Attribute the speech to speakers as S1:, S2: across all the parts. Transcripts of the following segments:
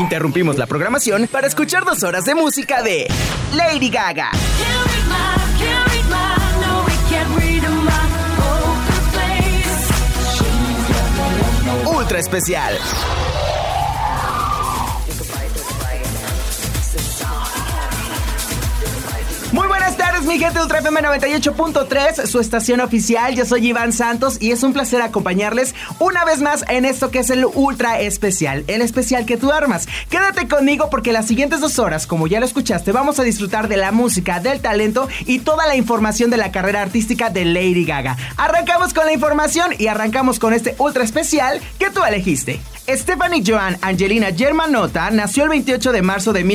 S1: Interrumpimos la programación para escuchar 2 horas de música de Lady Gaga. Ultra especial. Muy buenas tardes, mi gente de Ultra FM 98.3, su estación oficial. Yo soy Iván Santos y es un placer acompañarles una vez más en esto que es el Ultra Especial, el especial que tú armas. Quédate conmigo porque las siguientes 2 horas, como ya lo escuchaste, vamos a disfrutar de la música, del talento y toda la información de la carrera artística de Lady Gaga. Arrancamos con la información y arrancamos con este Ultra Especial que tú elegiste. Stephanie Joan Angelina Germanotta nació el 28 de marzo de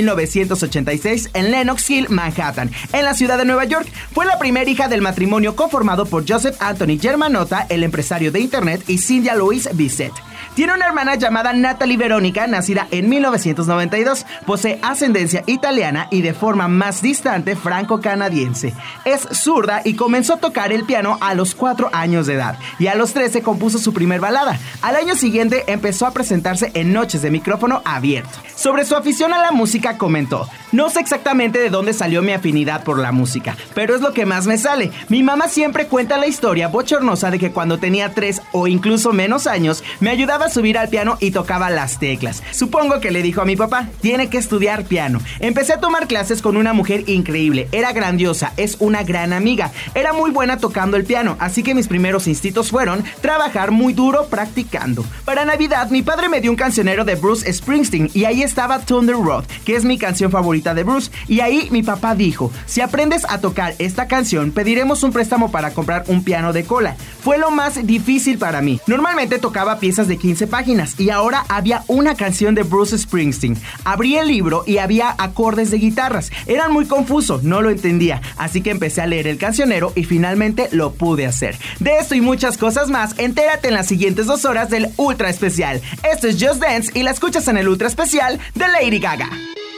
S1: 1986 en Lenox Hill, Manhattan, en la ciudad de Nueva York. Fue la primera hija del matrimonio conformado por Joseph Anthony Germanotta, el empresario de internet, y Cynthia Louise Bissett. Tiene una hermana llamada Natalie Verónica, nacida en 1992. Posee ascendencia italiana y de forma más distante franco-canadiense. Es zurda y comenzó a tocar el piano a los 4 años de edad. Y a los 13 compuso su primer balada. Al año siguiente empezó a presentarse en noches de micrófono abierto. Sobre su afición a la música comentó: no sé exactamente de dónde salió mi afinidad por la música, pero es lo que más me sale. Mi mamá siempre cuenta la historia bochornosa de que cuando tenía 3 o incluso menos años, me ayudaba a subir al piano y tocaba las teclas. Supongo que le dijo a mi papá: tiene que estudiar piano. Empecé a tomar clases con una mujer increíble, era grandiosa, es una gran amiga, era muy buena tocando el piano, así que mis primeros instintos fueron trabajar muy duro practicando. Para Navidad, mi padre me dio un cancionero de Bruce Springsteen y ahí estaba Thunder Road, que es mi canción favorita de Bruce, y ahí mi papá dijo: si aprendes a tocar esta canción, pediremos un préstamo para comprar un piano de cola. Fue lo más difícil para mí. Normalmente tocaba piezas de 15 páginas y ahora había una canción de Bruce Springsteen. Abrí el libro y había acordes de guitarras. Eran muy confusos, no lo entendía, así que empecé a leer el cancionero y finalmente lo pude hacer. De esto y muchas cosas más, entérate en las siguientes 2 horas del Ultra Especial. Esto es Just Dance y la escuchas en el Ultra Especial de Lady Gaga.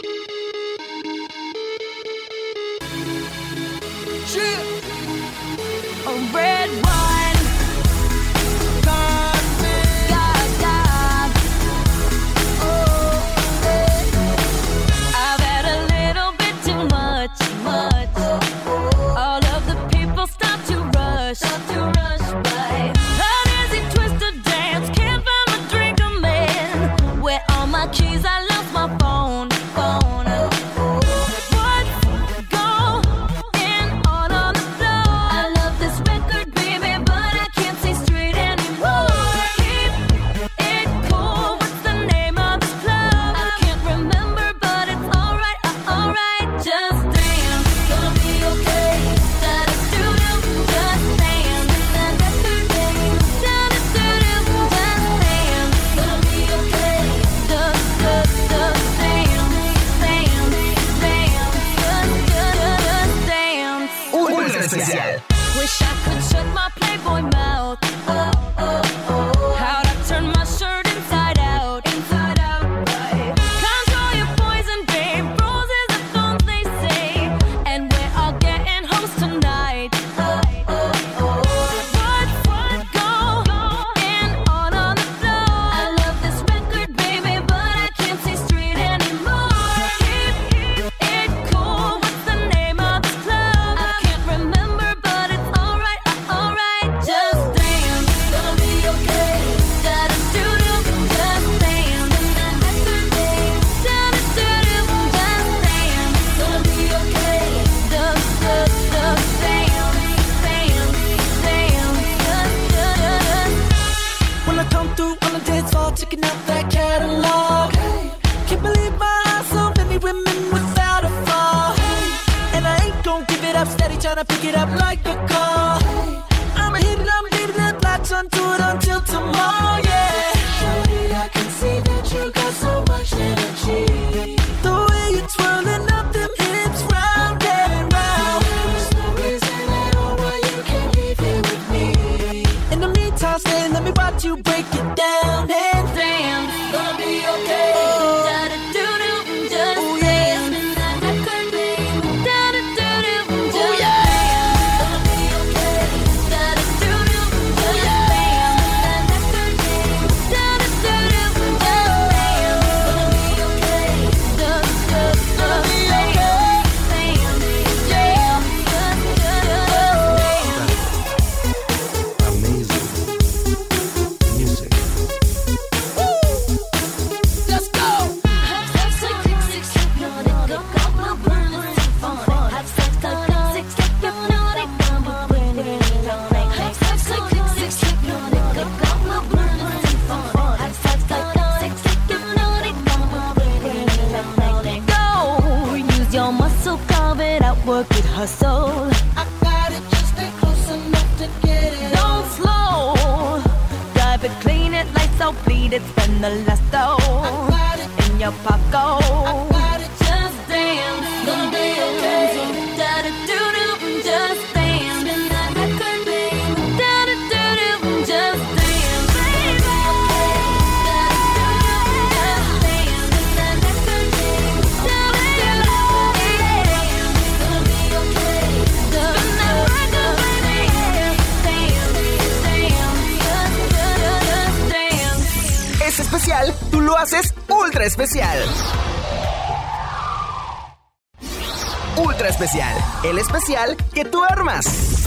S2: Keys, I lost my phone.
S3: tryna pick it up like a call. I'ma hit it, latch onto it until tomorrow, yeah. Shorty, I can see that you got so much energy. The way you're twirling up them hips round and round. There's no reason at all why you can't leave here with me. In the meantime, stay, let me watch you break it down and dance. Gonna be okay.
S2: crooked hustle.
S3: I got it, just stay close enough to get it.
S2: Don't slow, drive it, clean it, lights out, bleed it, spend the last dough.
S3: I got it,
S2: In your pocket,
S3: I got it,
S2: just dance,
S3: gonna be okay.
S2: Da-da-doo-doo, just dance. Spin that record, babe. Da-da-doo-doo, just dance, baby. Da-da-doo-doo, just dance. Spin that record, babe. Da-da-doo-doo,
S3: Gonna be okay.
S2: spin that record, baby. Dance, just dance.
S1: Es especial, tú lo haces ultra especial. Ultra especial, el especial que tú armas.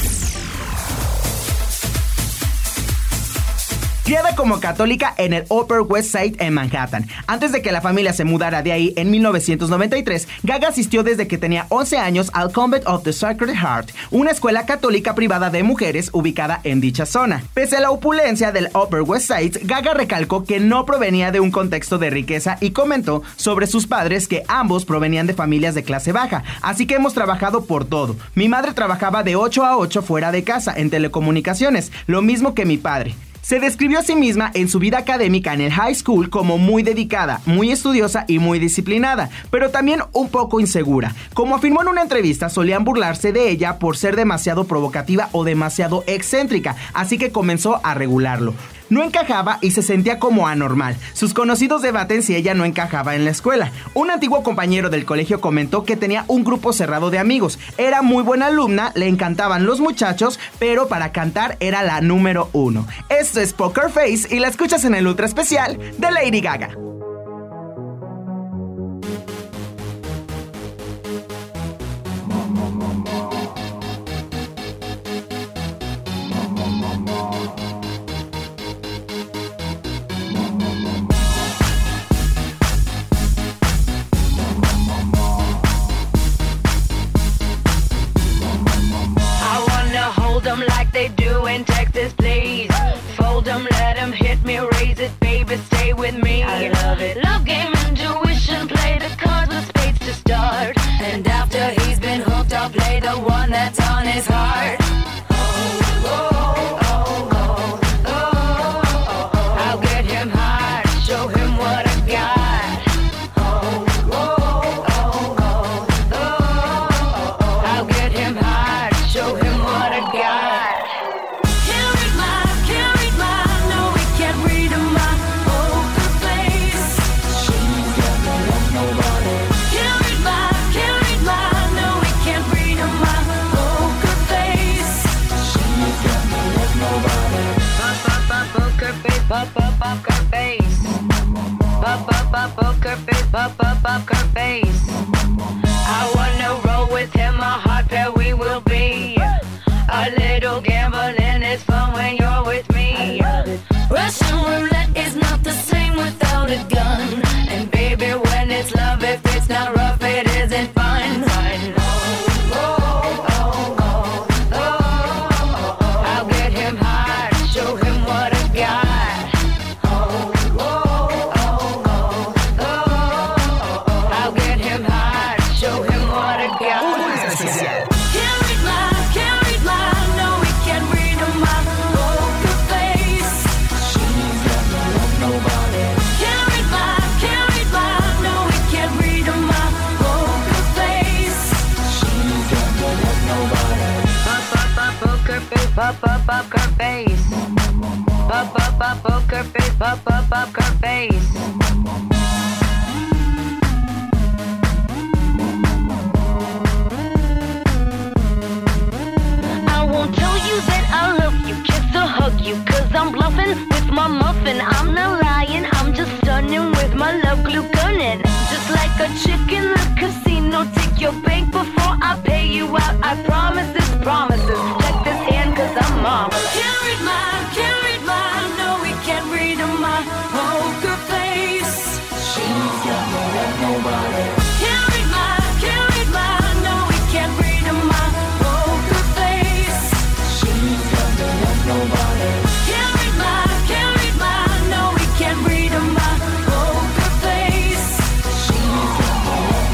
S1: Criada como católica en el Upper West Side en Manhattan. Antes de que la familia se mudara de ahí en 1993, Gaga asistió desde que tenía 11 años al Convent of the Sacred Heart, una escuela católica privada de mujeres ubicada en dicha zona. Pese a la opulencia del Upper West Side, Gaga recalcó que no provenía de un contexto de riqueza y comentó sobre sus padres que ambos provenían de familias de clase baja, así que hemos trabajado por todo. Mi madre trabajaba de 8 a 8 fuera de casa en telecomunicaciones, lo mismo que mi padre. Se describió a sí misma en su vida académica en el high school como muy dedicada, muy estudiosa y muy disciplinada, pero también un poco insegura. Como afirmó en una entrevista, solían burlarse de ella por ser demasiado provocativa o demasiado excéntrica, así que comenzó a regularlo. No encajaba y se sentía como anormal. Sus conocidos debaten si ella no encajaba en la escuela. Un antiguo compañero del colegio comentó que tenía un grupo cerrado de amigos. Era muy buena alumna, le encantaban los muchachos, pero para cantar era la número 1. Esto es Poker Face y la escuchas en el ultra especial de Lady Gaga.
S2: Like they do in Texas, please. Fold them, let them hit me, raise it, baby, stay with me. I love it. Love game, intuition, play the cards with spades to start. And after he's been hooked, I'll play the one that's on his heart. I'll get him hard, show him what I got. I'll get him hard, show him what I got. Poker face. Poker face. Poker face. I wanna roll with him, a hot pair we will be. A little gambling is fun when you're with me. Russian roulette is not the same without a gun. And baby, when it's love, if it's not rough, it isn't fun. I'll get him hard, show him what I got. Poker face. Poker face. Poker face. I won't tell you that I love you, kiss or hug you, 'cause I'm bluffing with my muffin. I'm not lying, I'm just stunning with my love glue gunning. Just like a chick in the casino, take your bank before I pay you out. I promise this promises. Check this hand 'cause I'm marvelous. Can't read mine, no we can't read my poker face. She's got no love, nobody. Can't read mine, no we can't read my poker face. She's got no love, nobody. Can't read mine, no we can't read my poker face. She's got no love,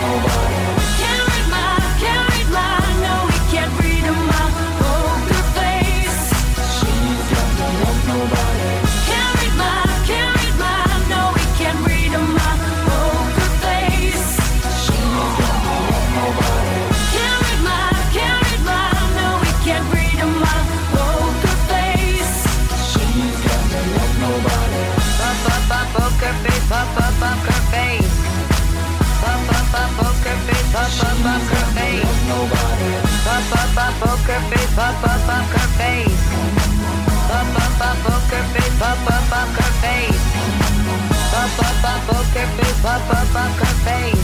S2: poker face. Poker face. Poker face. Poker face. Poker face. Poker face. Poker face. Poker face. Poker face.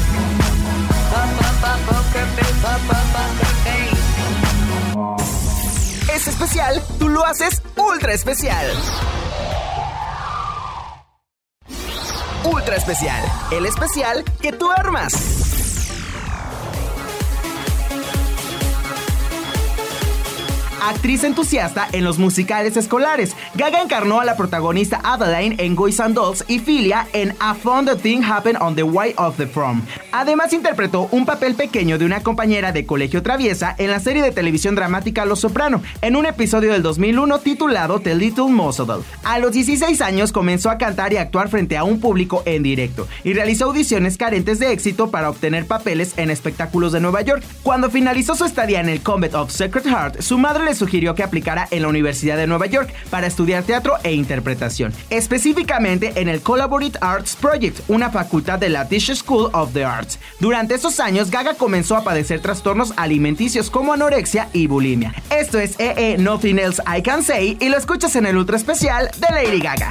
S1: Es especial, tú lo haces ultra especial. Ultra especial, el especial que tú armas. Actriz entusiasta en los musicales escolares, Gaga encarnó a la protagonista Adeline en Boys and Dolls y Philia en A Fun Thing Happened on the Way of the Prom. Además interpretó un papel pequeño de una compañera de colegio traviesa en la serie de televisión dramática Los Soprano, en un episodio del 2001 titulado The Little Muzzle. A los 16 años comenzó a cantar y actuar frente a un público en directo y realizó audiciones carentes de éxito para obtener papeles en espectáculos de Nueva York. Cuando finalizó su estadía en el Convent of Sacred Heart, su madre le sugirió que aplicara en la Universidad de Nueva York para estudiar teatro e interpretación, específicamente en el Collaborative Arts Project, una facultad de la Tisch School of the Arts. Durante esos años, Gaga comenzó a padecer trastornos alimenticios como anorexia y bulimia. Esto es Nothing Else I Can Say y lo escuchas en el ultra especial de Lady Gaga.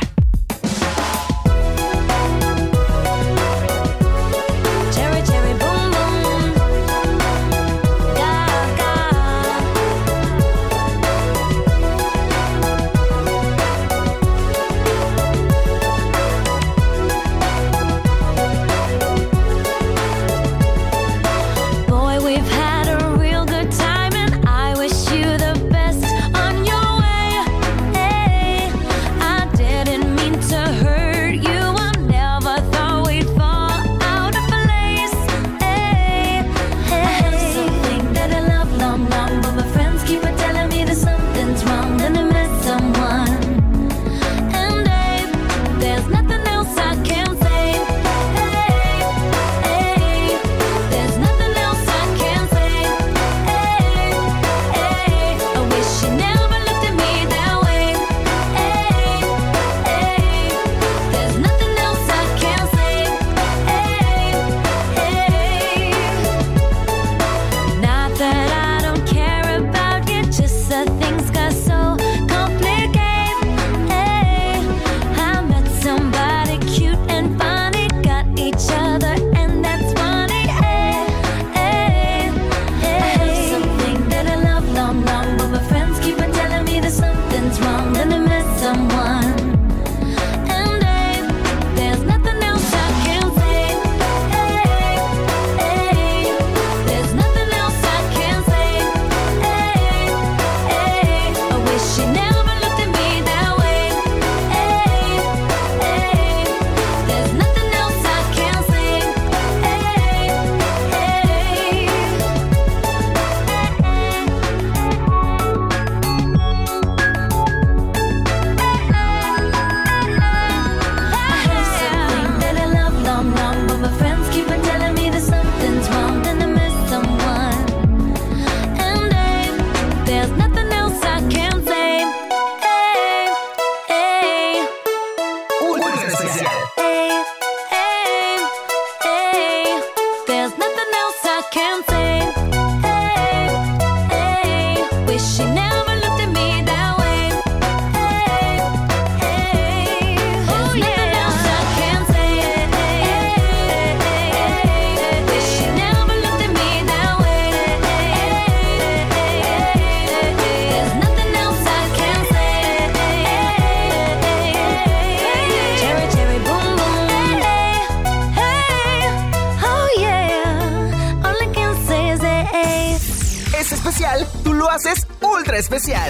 S1: Especial, tú lo haces ultra especial.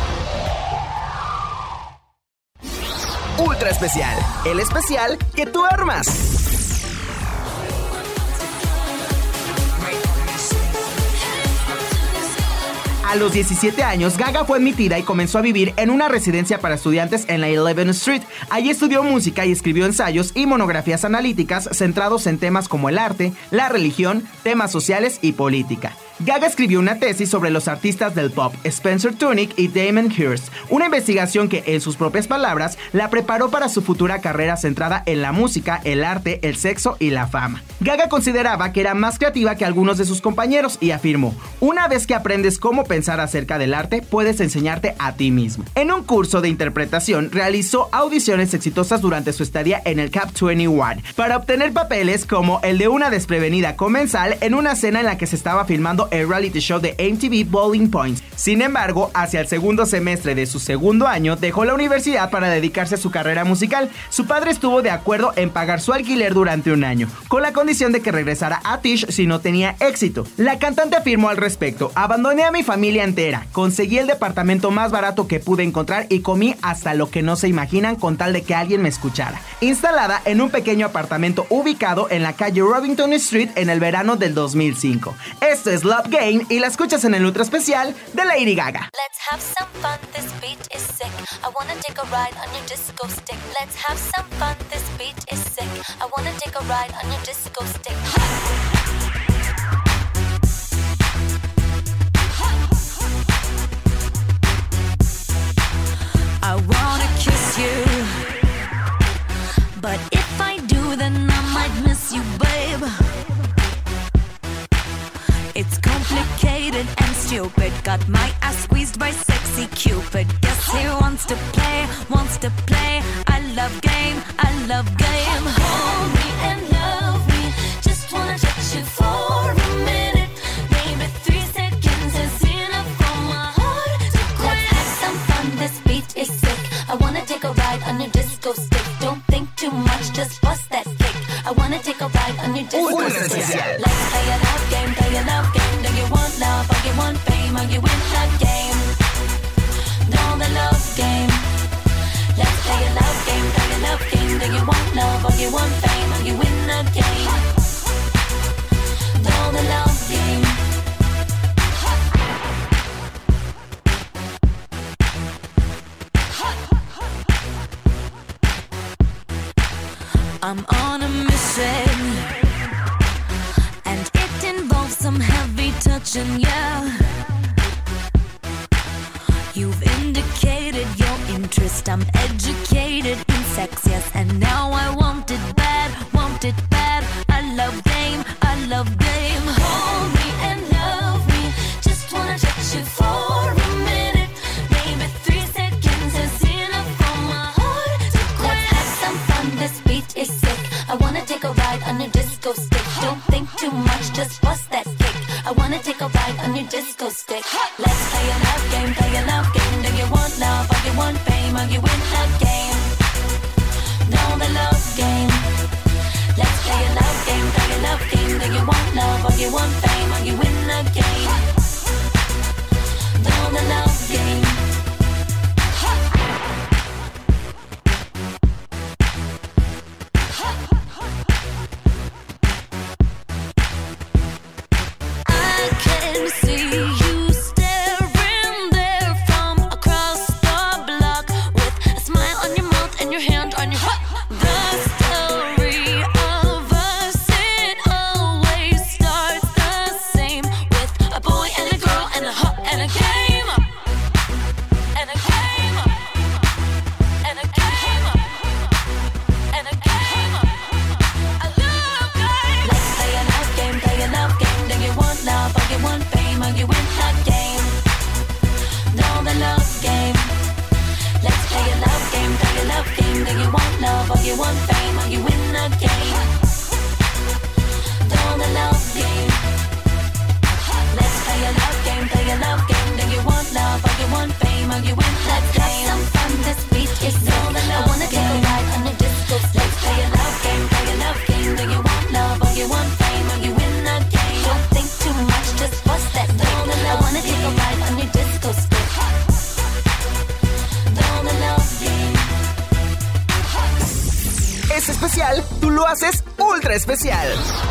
S1: Ultra especial, el especial que tú armas. A los 17 años, Gaga fue admitida y comenzó a vivir en una residencia para estudiantes en la 11th Street. Allí estudió música y escribió ensayos y monografías analíticas centrados en temas como el arte, la religión, temas sociales y política. Gaga escribió una tesis sobre los artistas del pop Spencer Tunick y Damon Hirst, una investigación que, en sus propias palabras, la preparó para su futura carrera centrada en la música, el arte, el sexo y la fama. Gaga consideraba que era más creativa que algunos de sus compañeros y afirmó: una vez que aprendes cómo pensar acerca del arte, puedes enseñarte a ti mismo. En un curso de interpretación, realizó audiciones exitosas durante su estadía en el Cap 21 para obtener papeles como el de una desprevenida comensal en una escena en la que se estaba filmando el reality show de MTV Bowling Points. Sin embargo, hacia el segundo semestre de su segundo año, dejó la universidad para dedicarse a su carrera musical. Su padre estuvo de acuerdo en pagar su alquiler durante un año, con la condición de que regresara a Tisch si no tenía éxito. La cantante afirmó al respecto: abandoné a mi familia entera, conseguí el departamento más barato que pude encontrar y comí hasta lo que no se imaginan con tal de que alguien me escuchara. Instalada en un pequeño apartamento ubicado en la calle Robinson Street en el verano del 2005. Esto es Love Game y la escuchas en el ultra especial de Lady Gaga.
S4: Let's have some fun, this beat is sick. I wanna take a ride on your disco stick. Let's have some fun, this beat is sick. I wanna take a ride on your disco stick. I wanna kiss you, but if I do, then I might miss you, babe. It's complicated and stupid. Got my ass squeezed by sexy Cupid. Guess he wants to play, wants to play. I love game, I love game. Hold me and love me. Just wanna touch you for a minute. Maybe 3 seconds is enough for my heart to quit. Let's have some fun, this beat is sick. I wanna take a ride on your disco stick. Don't think too much, just bust that kick. I wanna take a ride on your disco stick. Let's play a love game, play a love game. Do you want love or you want fame? Or you win the game? Know the love game. Let's play a love game, play a love game. Do you want love or you want fame? Or you win the game? Know the love game. I'm on a mission, and it involves some heavy touching, yeah. You've indicated your interest, I'm educated in sex, yes. And now I want it bad, want it bad. I love game, I love game. Hold me and love me, just wanna touch you for a minute. Maybe 3 seconds is enough for my heart to quit. Let's have some fun, this beat is sick. I wanna take a ride on your disco stick. Don't think too much, just bust that kick. I wanna take a ride on your disco stick. Let's play a love game, play a love game. Do you want love or you want fame? Or you win the game? Know the love game. Let's play a love game, play a love game. Do you want love or you want fame? Or you win the game? Know the love game. I can see you staring there from across the block with a smile on your mouth and your hand on your heart. The story of us, it always starts the same, with a boy and a girl and a hut and a game. And a game. And a game. And a game. A love game. Let's play a love game, play a love game. Do you want love or you want fame? Or you win the game? Know the love game. Let's play a love game, play a love game. Do you want love or you want fame? Or you win the game? Know the love game. Let's play a love game, play a love game. Do you want love or you want fame? Or you win the game? Have some fun, this beat is know the love. I wanna take a ride on the disco. Let's play a love game, play a love game. Do you want love or you want fame? Or you win the game? Don't think too much, just bust that kick. I wanna take a ride on your disco stick. Know the love game.
S1: Es especial, tú lo haces ultra especial.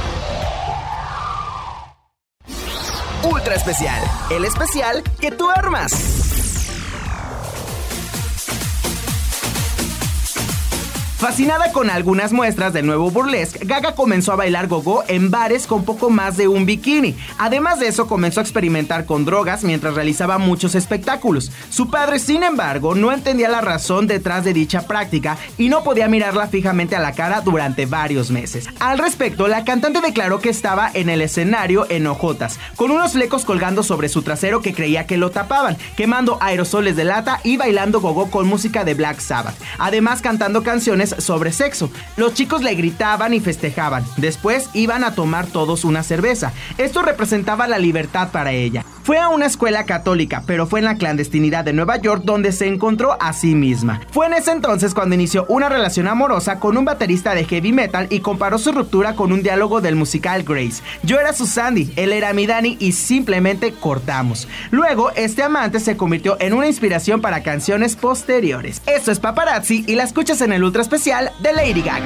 S1: Ultra especial, el especial que tú armas. Fascinada con algunas muestras del nuevo burlesque, Gaga comenzó a bailar gogo en bares con poco más de un bikini. Además de eso, comenzó a experimentar con drogas mientras realizaba muchos espectáculos. Su padre, sin embargo, no entendía la razón detrás de dicha práctica y no podía mirarla fijamente a la cara durante varios meses. Al respecto, la cantante declaró que estaba en el escenario en hojotas, con unos flecos colgando sobre su trasero que creía que lo tapaban, quemando aerosoles de lata y bailando gogo con música de Black Sabbath. Además, cantando canciones sobre sexo. Los chicos le gritaban y festejaban. Después iban a tomar todos una cerveza. Esto representaba la libertad para ella. Fue a una escuela católica, pero fue en la clandestinidad de Nueva York donde se encontró a sí misma. Fue en ese entonces cuando inició una relación amorosa con un baterista de heavy metal y comparó su ruptura con un diálogo del musical Grace. Yo era su Sandy, él era mi Danny y simplemente cortamos. Luego, este amante se convirtió en una inspiración para canciones posteriores. Esto es Paparazzi y la escuchas en el ultra especial de Lady Gaga.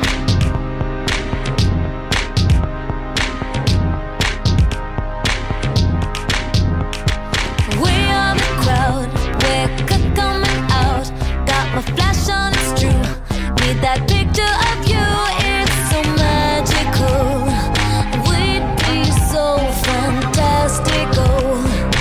S4: That picture of you, it's so magical. We'd be so fantastical.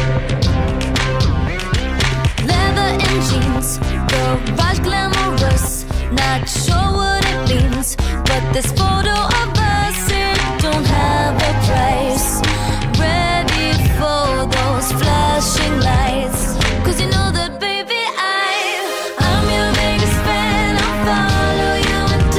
S4: Leather and jeans, garage glamorous. Not sure what it means, but this photo of us, it don't have a price. Ready for those flashing lights. 'Cause you know that, baby, I'm your biggest fan. I'll follow you.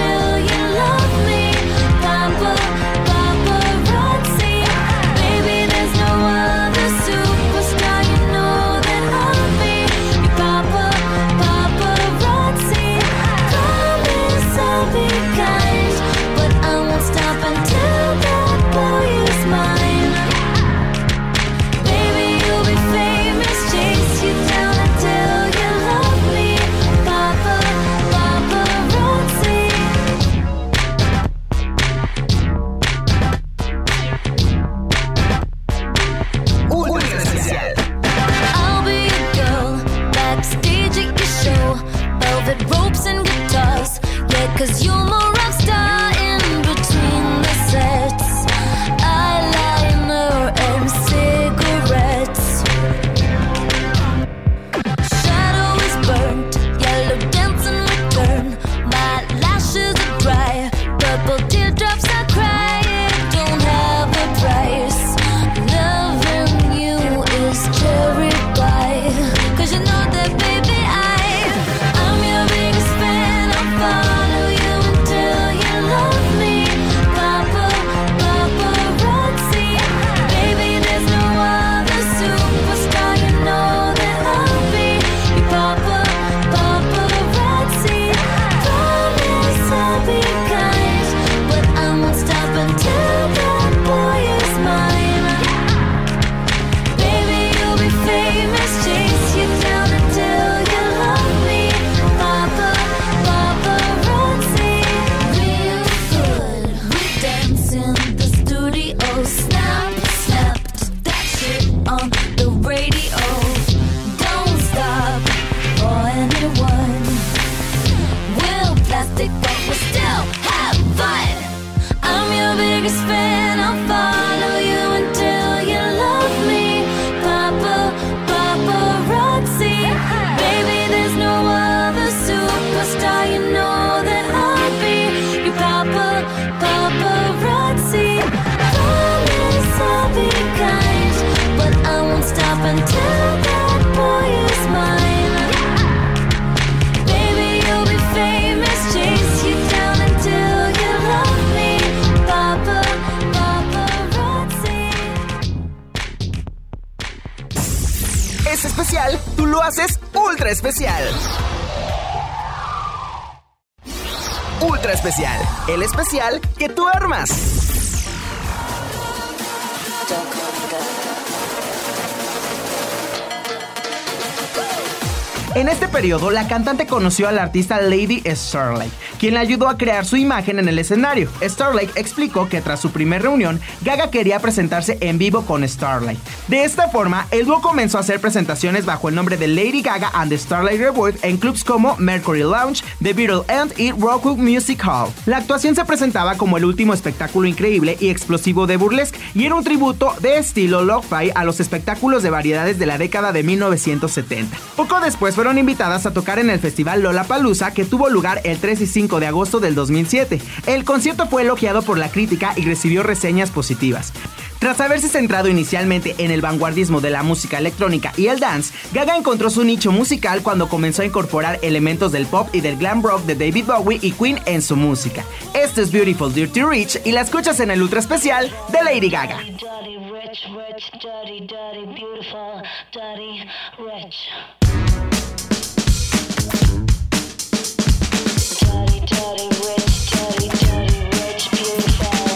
S1: Especial, tú lo haces ultra especial. Ultra especial, el especial que tú armas. En este periodo, la cantante conoció a la artista Lady Starlight, quien le ayudó a crear su imagen en el escenario. Starlight explicó que tras su primer reunión, Gaga quería presentarse en vivo con Starlight. De esta forma, el dúo comenzó a hacer presentaciones bajo el nombre de Lady Gaga and the Starlight Reboot en clubs como Mercury Lounge, The Beatle End y Rockwood Music Hall. La actuación se presentaba como el último espectáculo increíble y explosivo de Burlesque y era un tributo de estilo lo-fi a los espectáculos de variedades de la década de 1970. Poco después fueron invitadas a tocar en el festival Lollapalooza, que tuvo lugar el 3 y 5 de agosto del 2007. El concierto fue elogiado por la crítica y recibió reseñas positivas. Tras haberse centrado inicialmente en el vanguardismo de la música electrónica y el dance, Gaga encontró su nicho musical cuando comenzó a incorporar elementos del pop y del glam rock de David Bowie y Queen en su música. Esto es Beautiful Dirty Rich y la escuchas en el ultra especial de Lady Gaga.
S2: Dirty, rich, rich, dirty, dirty, beautiful, dirty, rich. Dirty, dirty, rich, dirty, dirty, rich, beautiful.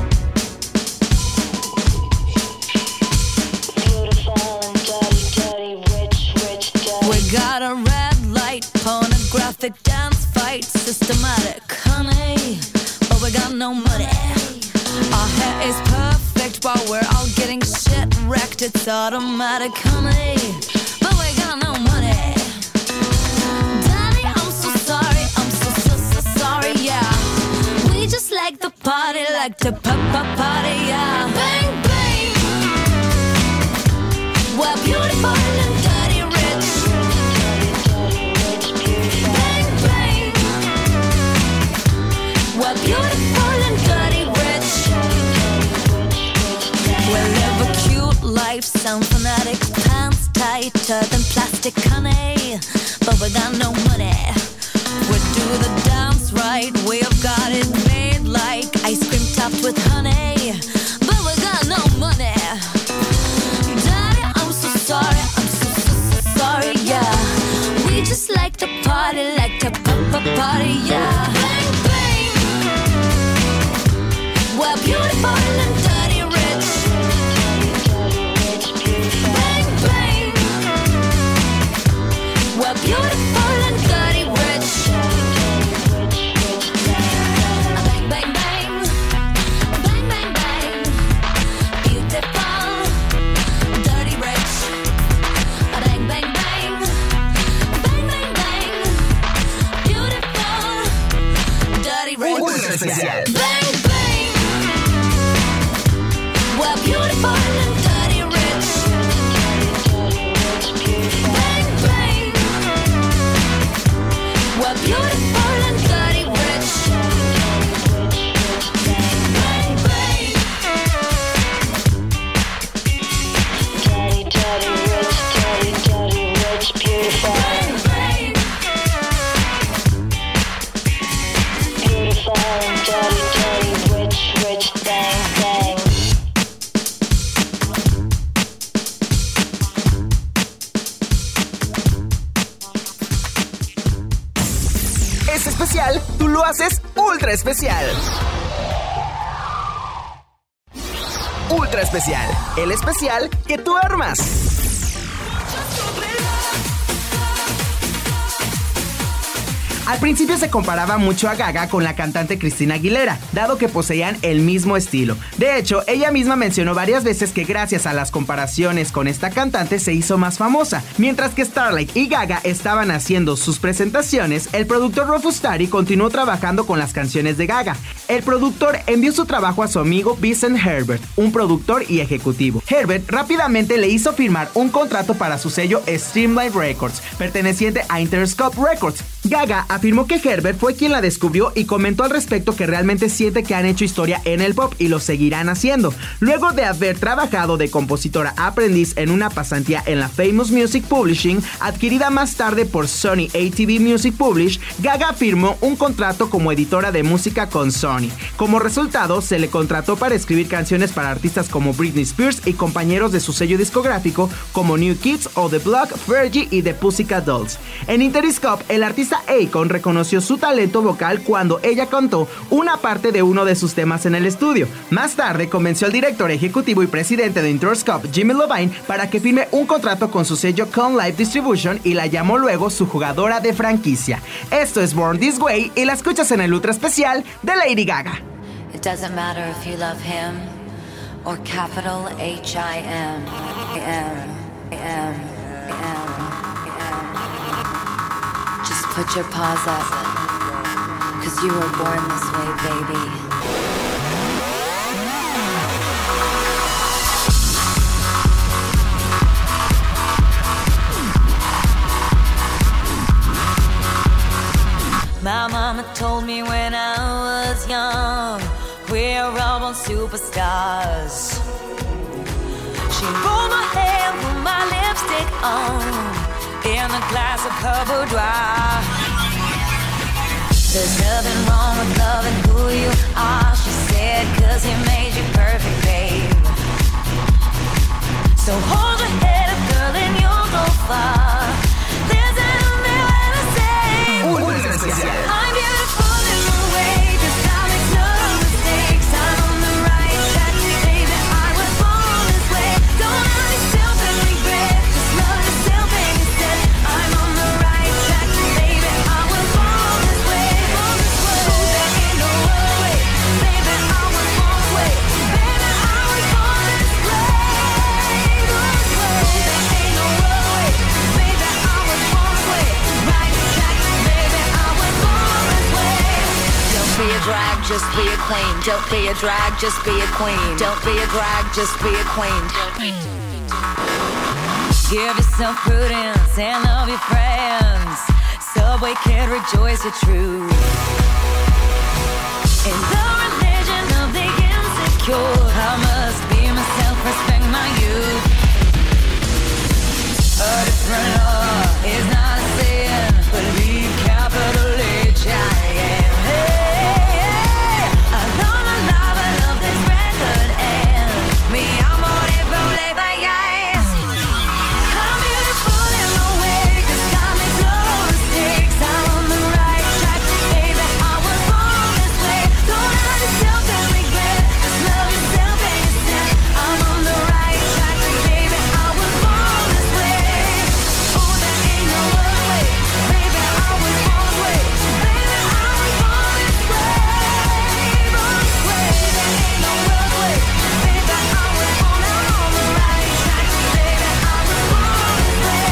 S2: Beautiful and dirty, dirty, rich, rich, dirty.
S4: We got a red light, pornographic dance fight, systematic, honey, but we got no money. Our hair is perfect, but we're all getting shit wrecked. It's automatic, honey, but we got no money. Daddy, I'm so sorry, I'm so sorry, yeah. We just like the party, like to party, yeah. Bang, bang. We're beautiful and dirty rich. Bang, bang. We're beautiful and dirty rich. We live a cute life, sound fanatic, pants tighter than plastic, honey, but we got no money. We do the dance right, we've got it made like ice cream topped with honey, but we got no money. Daddy, I'm so sorry, I'm so sorry, yeah. We just like to party, like to party, yeah. Bang, bang. We're beautiful and dirty rich. Bang, bang. We're beautiful and dirty rich. Bang, bang, bang. Bang, bang, bang. Beautiful, dirty rich. Bang, bang, bang. Bang, bang, bang. Beautiful, dirty rich.
S1: Ultra especial.
S4: Bang, bang. We're beautiful and dirty rich. Bang, bang. We're beautiful and dirty rich. Bang, bang.
S2: Dirty, dirty, rich, dirty, dirty, rich, beautiful.
S4: Bang, bang.
S2: Beautiful and dirty, dirty, rich, rich, bang, bang.
S1: Es especial, tú lo haces ultra especial. Ultra especial, el especial que tú armas. Al principio se comparaba mucho a Gaga con la cantante Christina Aguilera, dado que poseían el mismo estilo. De hecho, ella misma mencionó varias veces que gracias a las comparaciones con esta cantante se hizo más famosa. Mientras que Starlight y Gaga estaban haciendo sus presentaciones, el productor Rufus Tari continuó trabajando con las canciones de Gaga. El productor envió su trabajo a su amigo Vincent Herbert, un productor y ejecutivo. Herbert rápidamente le hizo firmar un contrato para su sello Streamline Records, perteneciente a Interscope Records. Gaga afirmó que Herbert fue quien la descubrió y comentó al respecto que realmente siente que han hecho historia en el pop y lo seguirán haciendo. Luego de haber trabajado de compositora aprendiz en una pasantía en la Famous Music Publishing, adquirida más tarde por Sony ATV Music Publish, Gaga firmó un contrato como editora de música con Sony. Como resultado, se le contrató para escribir canciones para artistas como Britney Spears y compañeros de su sello discográfico como New Kids o The Block, Fergie y The Pussycat Dolls. En Interscope, el artista artista Akon reconoció su talento vocal cuando ella cantó una parte de uno de sus temas en el estudio. Más tarde convenció al director ejecutivo y presidente de Interscope, Jimmy Iovine, para que firme un contrato con su sello Con Live Distribution y la llamó luego su jugadora de franquicia. Esto es Born This Way y la escuchas en el ultra especial de Lady Gaga.
S4: It doesn't matter if you love him or capital H-I-M. Just put your paws up, 'cause you were born this way, baby. My mama told me when I was young, we're all born superstars. She rolled my hair, put my lipstick on, in a glass of her boudoir. There's nothing wrong with loving who you are, she said, 'cause he made you perfect, babe. So hold your head up, girl, and you'll go far. There's an way to say I'm beautiful in my way, 'cause I make no mistakes. I'm on the right track, baby, I was born this way. Don't hurt yourself and regret, just love yourself instead. I'm on the right track, baby, I was born this way. There ain't no other way, baby, I was born this way. Baby, I was born this way. There ain't no other way, baby, I was born this way. Right track, baby, I was born this way. Don't be a drag, just be a queen. Don't be a drag, just be a queen. Don't be a drag, just be a queen. Give yourself prudence and love your friends. Subway can rejoice your truth. In the religion of the insecure, I must be myself, respect my youth. A different law is not a sin, believe capital H-I-M. Hey, I love my life, I love this record, and me, I'm on it, rolling my eyes. I'm beautiful in my way, 'cause I make no mistakes. I'm on the right track, baby, I was born this way. Don't hurt yourself and regret, just love yourself instead. I'm on the right track, baby, I was born this way. Oh, there ain't no other way, baby, I was born this way. Baby, I was born this way. Born this way, there ain't no other way, baby, I was born. I'm on the right track, baby, I was born this way.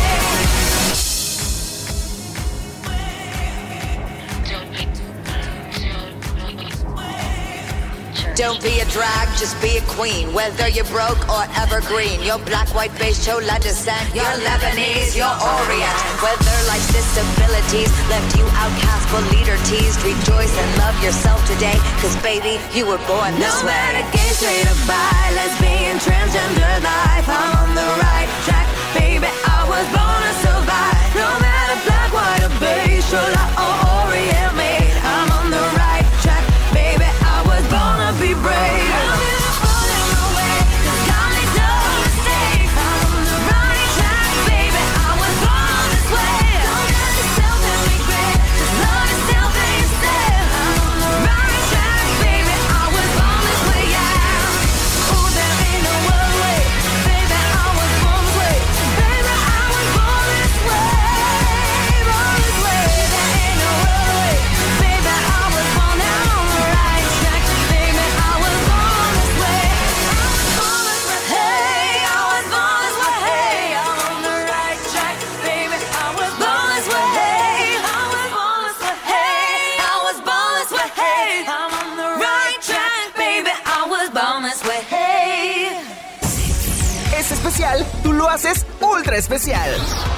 S4: Don't be a drag, just be a queen. Whether you're broke or evergreen, you're black, white, beige, chola descent, you're Lebanese, you're Orient. Whether life's disabilities left you outcast but leader teased, rejoice and love yourself today, 'cause baby, you were born this way. No matter gay, straight or bi, lesbian, transgender life, I'm on the right track, baby, I was born to survive. No matter black, white or beige, chola or Orient made, I'm on the right track, baby, I was born to be brave. I'm beautiful in my way, 'cause I make no mistakes. I'm on the right track, baby, I was born this way. Don't hurt yourself and regret, just love yourself instead. I'm on the right track, baby, I was born this way, yeah. Oh, there ain't no other way, baby, I was born this way. Baby, I was born this way. Born this way, there ain't no other way, baby, I was born. Now I'm on the right track, baby, I was born this way. I was born this way, hey, I was born this way, hey, I'm on the right track, baby, I was born this way, hey, I was born this way, hey, I was born this way, hey, I'm on the right track, baby, I was born this way, hey.
S1: Es especial, tú lo haces ultra especial.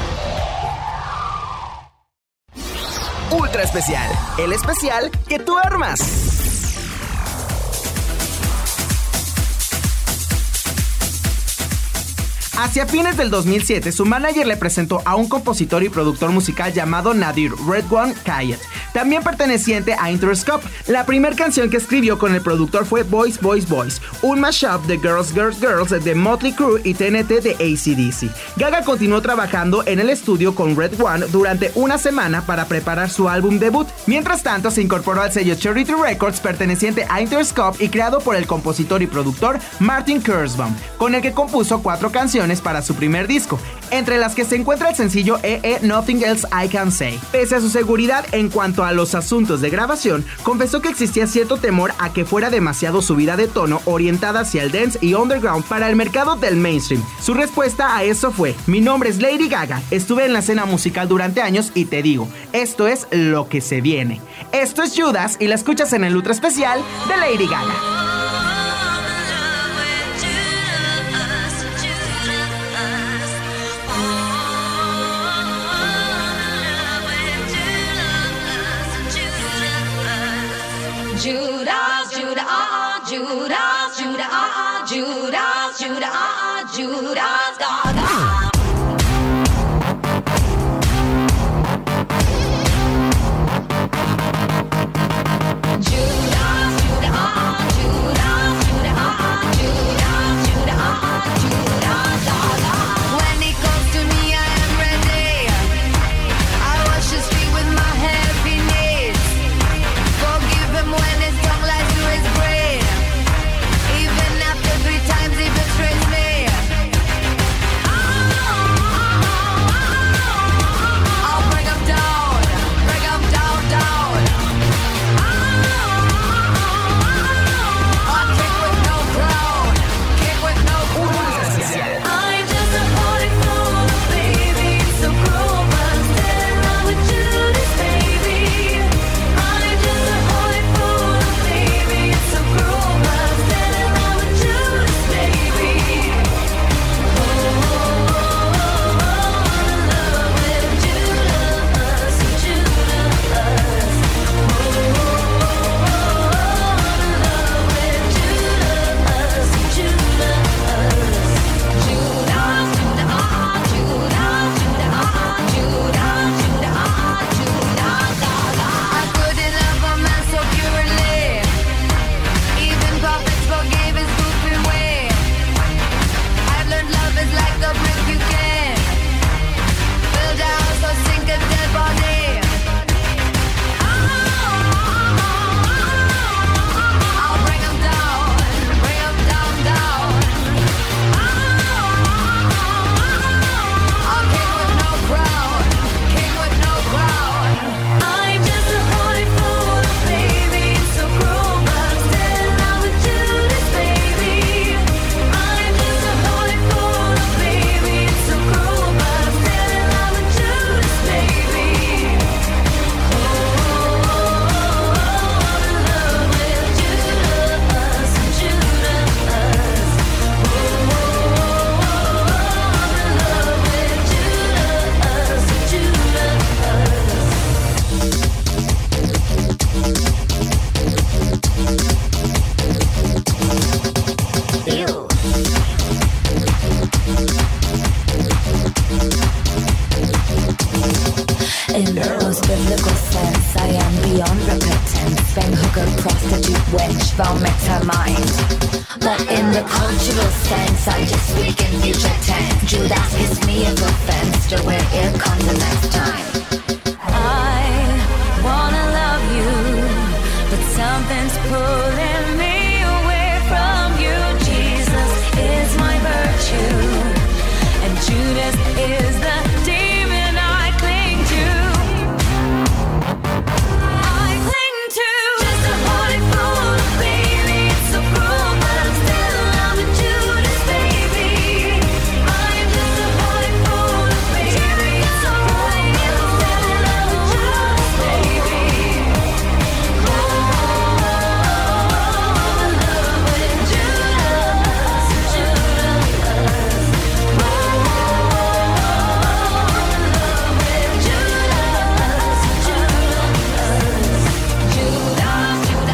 S1: Ultra especial, el especial que tú armas. Hacia fines del 2007, su manager le presentó a un compositor y productor musical llamado Nadir Redwan Kayet. también perteneciente a Interscope. La primera canción que escribió con el productor fue Boys, Boys, Boys, un mashup de Girls, Girls, Girls de Motley Crue y TNT de AC/DC. Gaga continuó trabajando en el estudio con Red One durante una semana para preparar su álbum debut. Mientras tanto, se incorporó al sello Charity Records perteneciente a Interscope y creado por el compositor y productor Martin Kurzbaum, con el que compuso 4 canciones para su primer disco, entre las que se encuentra el sencillo Nothing Else I Can Say. Pese a su seguridad en cuanto a los asuntos de grabación, confesó que existía cierto temor a que fuera demasiado subida de tono orientada hacia el dance y underground para el mercado del mainstream. Su respuesta a eso fue: mi nombre es Lady Gaga, estuve en la escena musical durante años y te digo, esto es lo que se viene. Esto es Judas y la escuchas en el ultra especial de Lady Gaga.
S4: Judas, Judas, Judas, Judas, Judas, Judas, Judas, Gaga. In the most biblical sense, I am beyond repentance. Fame, hooker, prostitute, wench, vomit her mind. But in the cultural sense, I just speak in future tense. Judas is me of offense, to where it comes the next time. I wanna love you, but something's pulling me away from you. Jesus is my virtue, and Judas is the demon I cling to. I cling to just a holy fool, baby. It's so cruel, but I'm still in love with Judas, baby. I'm just a holy fool, baby. It's so cruel, but I'm still in love with Judas, baby. Oh, in love with Judas, Judas. Oh, in love with Judas, Judas. Judas, Judas,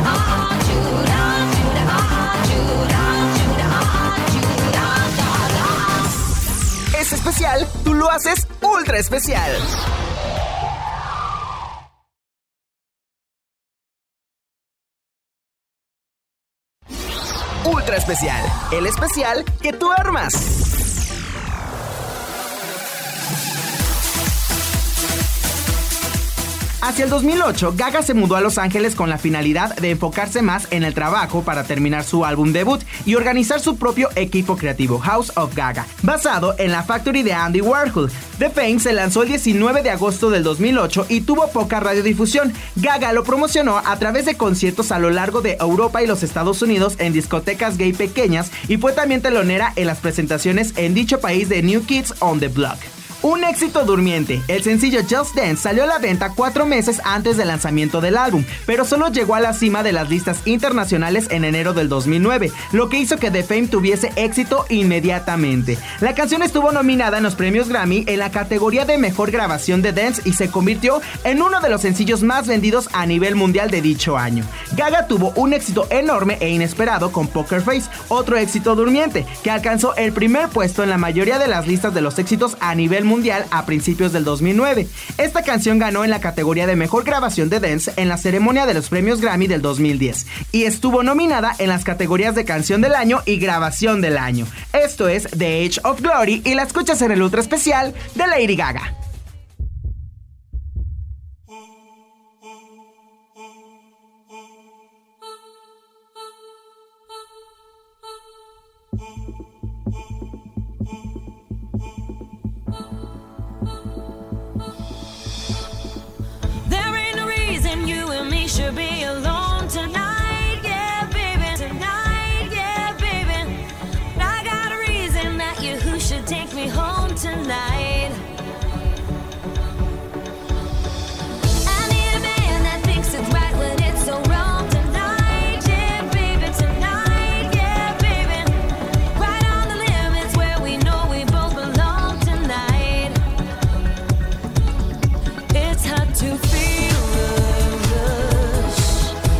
S4: Judas.
S1: Es especial, tú lo haces ultra especial. Ultra Especial, el especial que tú armas. Hacia el 2008, Gaga se mudó a Los Ángeles con la finalidad de enfocarse más en el trabajo para terminar su álbum debut y organizar su propio equipo creativo, House of Gaga, basado en la Factory de Andy Warhol. The Fame se lanzó el 19 de agosto del 2008 y tuvo poca radiodifusión. Gaga lo promocionó a través de conciertos a lo largo de Europa y los Estados Unidos en discotecas gay pequeñas y fue también telonera en las presentaciones en dicho país de New Kids on the Block. Un éxito durmiente, el sencillo Just Dance salió a la venta 4 meses antes del lanzamiento del álbum, pero solo llegó a la cima de las listas internacionales en enero del 2009, lo que hizo que The Fame tuviese éxito inmediatamente. La canción estuvo nominada en los premios Grammy en la categoría de Mejor Grabación de Dance y se convirtió en uno de los sencillos más vendidos a nivel mundial de dicho año. Gaga tuvo un éxito enorme e inesperado con Poker Face, otro éxito durmiente, que alcanzó el primer puesto en la mayoría de las listas de los éxitos a nivel mundial a principios del 2009. Esta canción ganó en la categoría de Mejor Grabación de Dance en la ceremonia de los premios Grammy del 2010 y estuvo nominada en las categorías de Canción del Año y Grabación del Año. Esto es The Age of Glory y la escuchas en el Ultra Especial de Lady Gaga.
S4: Should be alone tonight, yeah, baby. Tonight, yeah, baby. I got a reason that you who should take me home tonight. I need a man that thinks it's right when it's so wrong tonight, yeah, baby. Tonight, yeah, baby. Right on the limits where we know we both belong tonight. It's hard to feel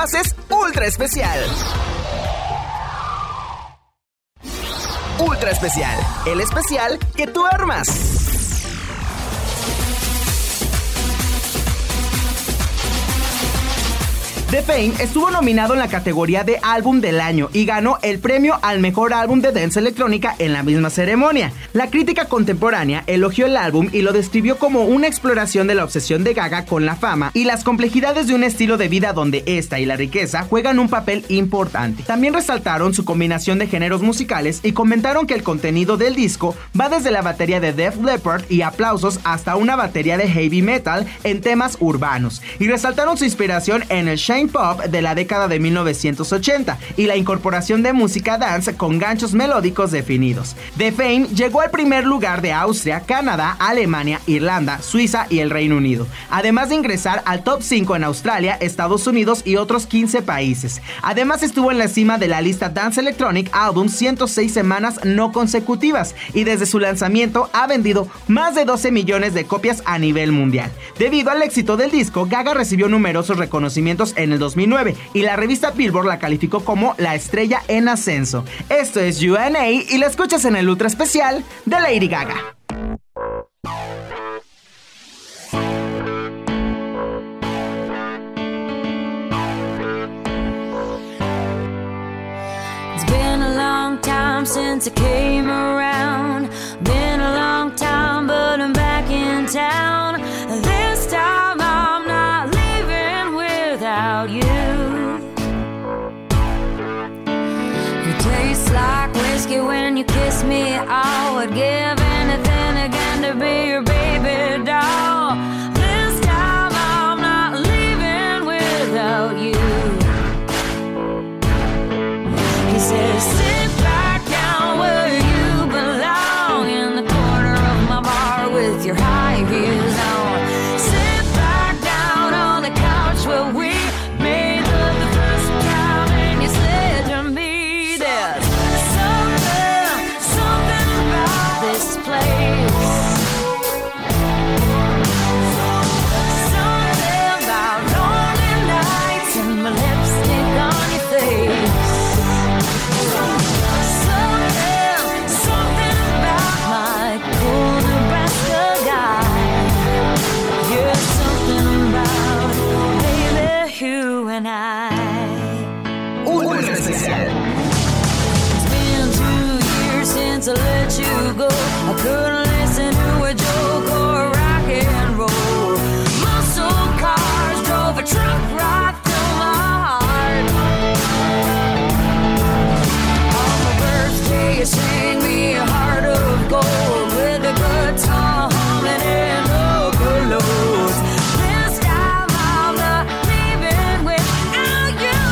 S1: haces ultra especial. Ultra especial, el especial que tú armas. The Fame estuvo nominado en la categoría de Álbum del Año y ganó el premio al mejor álbum de dance electrónica en la misma ceremonia. La crítica contemporánea elogió el álbum y lo describió como una exploración de la obsesión de Gaga con la fama y las complejidades de un estilo de vida donde esta y la riqueza juegan un papel importante. También resaltaron su combinación de géneros musicales y comentaron que el contenido del disco va desde la batería de Def Leppard y aplausos hasta una batería de heavy metal en temas urbanos, y resaltaron su inspiración en el Shine Pop de la década de 1980 y la incorporación de música dance con ganchos melódicos definidos. The Fame llegó al primer lugar de Austria, Canadá, Alemania, Irlanda, Suiza y el Reino Unido, además de ingresar al top 5 en Australia, Estados Unidos y otros 15 países. Además estuvo en la cima de la lista Dance Electronic Album 106 semanas no consecutivas y desde su lanzamiento ha vendido más de 12 millones de copias a nivel mundial. Debido al éxito del disco, Gaga recibió numerosos reconocimientos en el 2009 y la revista Billboard la calificó como la estrella en ascenso. Esto es U&A y la escuchas en el ultra especial de Lady Gaga.
S4: It's been a long time since I came around. Been a long time, but I'm back in town. This time I'm not leaving without you. You taste like whiskey when you kiss me. I would give anything again to be your baby doll. This time I'm not leaving without you. He says, sit back down where you belong, in the corner of my bar with your high heels on. Sit back down on the couch where we made love the first time, and you said to me, there's something about this place. Something about lonely nights and my lipstick on your face. Something about my cool Nebraska guy. Yeah, something about baby, you and I.
S1: Ultra especial.
S4: It's been 2 years since I let you go. I couldn't listen to a joke or rock and roll. Muscle cars drove a truck right through my heart. On my birthday you sang me a heart of gold with a guitar humming and overloads. This time I'm not leaving without you.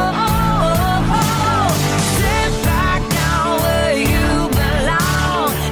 S4: Sit back down where you belong,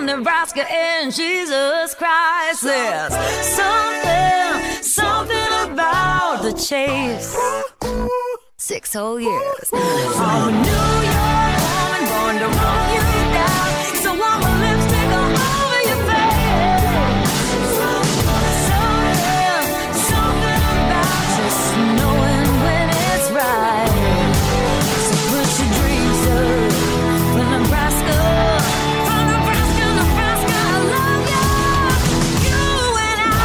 S4: Nebraska and Jesus Christ. There's something about the chase. 6 whole years. I'm a New York woman born to run you down. So I'm a lipstick all over your face. Something about just knowing when it's right. So put your dreams up from Nebraska. From Nebraska, Nebraska, I love you. You and I.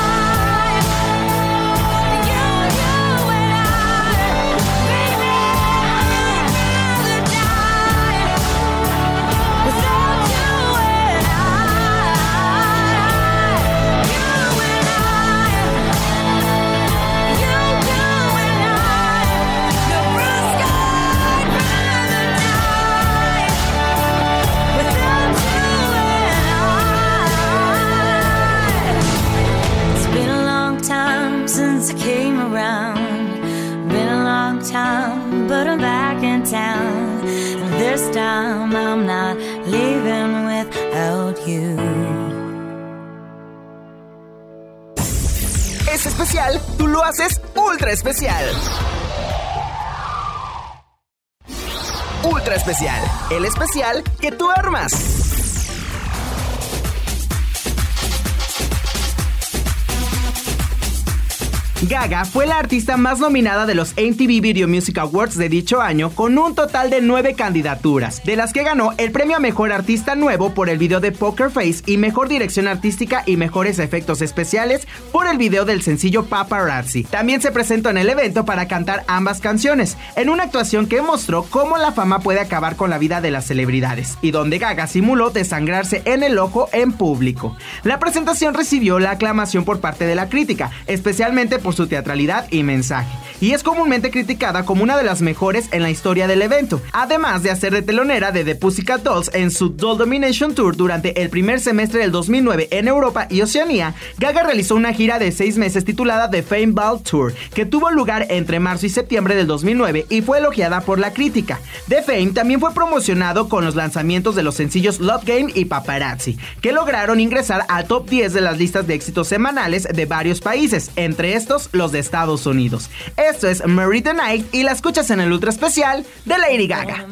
S4: You and I. Baby, I'd rather die without you and I. You and I. You and I. Nebraska, I'd rather die without you and I. It's been a long time since I came around. Been a long time, but I'm back in town. And this time I'm not leaving without you.
S1: Es especial, tú lo haces ultra especial. Ultra especial, el especial que tú armas. Gaga fue la artista más nominada de los MTV Video Music Awards de dicho año, con un total de 9 candidaturas, de las que ganó el premio a Mejor Artista Nuevo por el video de Poker Face y Mejor Dirección Artística y Mejores Efectos Especiales por el video del sencillo Paparazzi. También se presentó en el evento para cantar ambas canciones, en una actuación que mostró cómo la fama puede acabar con la vida de las celebridades, y donde Gaga simuló desangrarse en el ojo en público. La presentación recibió la aclamación por parte de la crítica, especialmente por su teatralidad y mensaje, y es comúnmente criticada como una de las mejores en la historia del evento, además de hacer de telonera de The Pussycat Dolls en su Doll Domination Tour durante el primer semestre del 2009 en Europa y Oceanía. Gaga realizó una gira de 6 meses titulada The Fame Ball Tour, que tuvo lugar entre marzo y septiembre del 2009 y fue elogiada por la crítica. The Fame también fue promocionado con los lanzamientos de los sencillos Love Game y Paparazzi, que lograron ingresar al top 10 de las listas de éxitos semanales de varios países, entre estos los de Estados Unidos. Esto es Marry the Night y la escuchas en el ultra especial de Lady Gaga.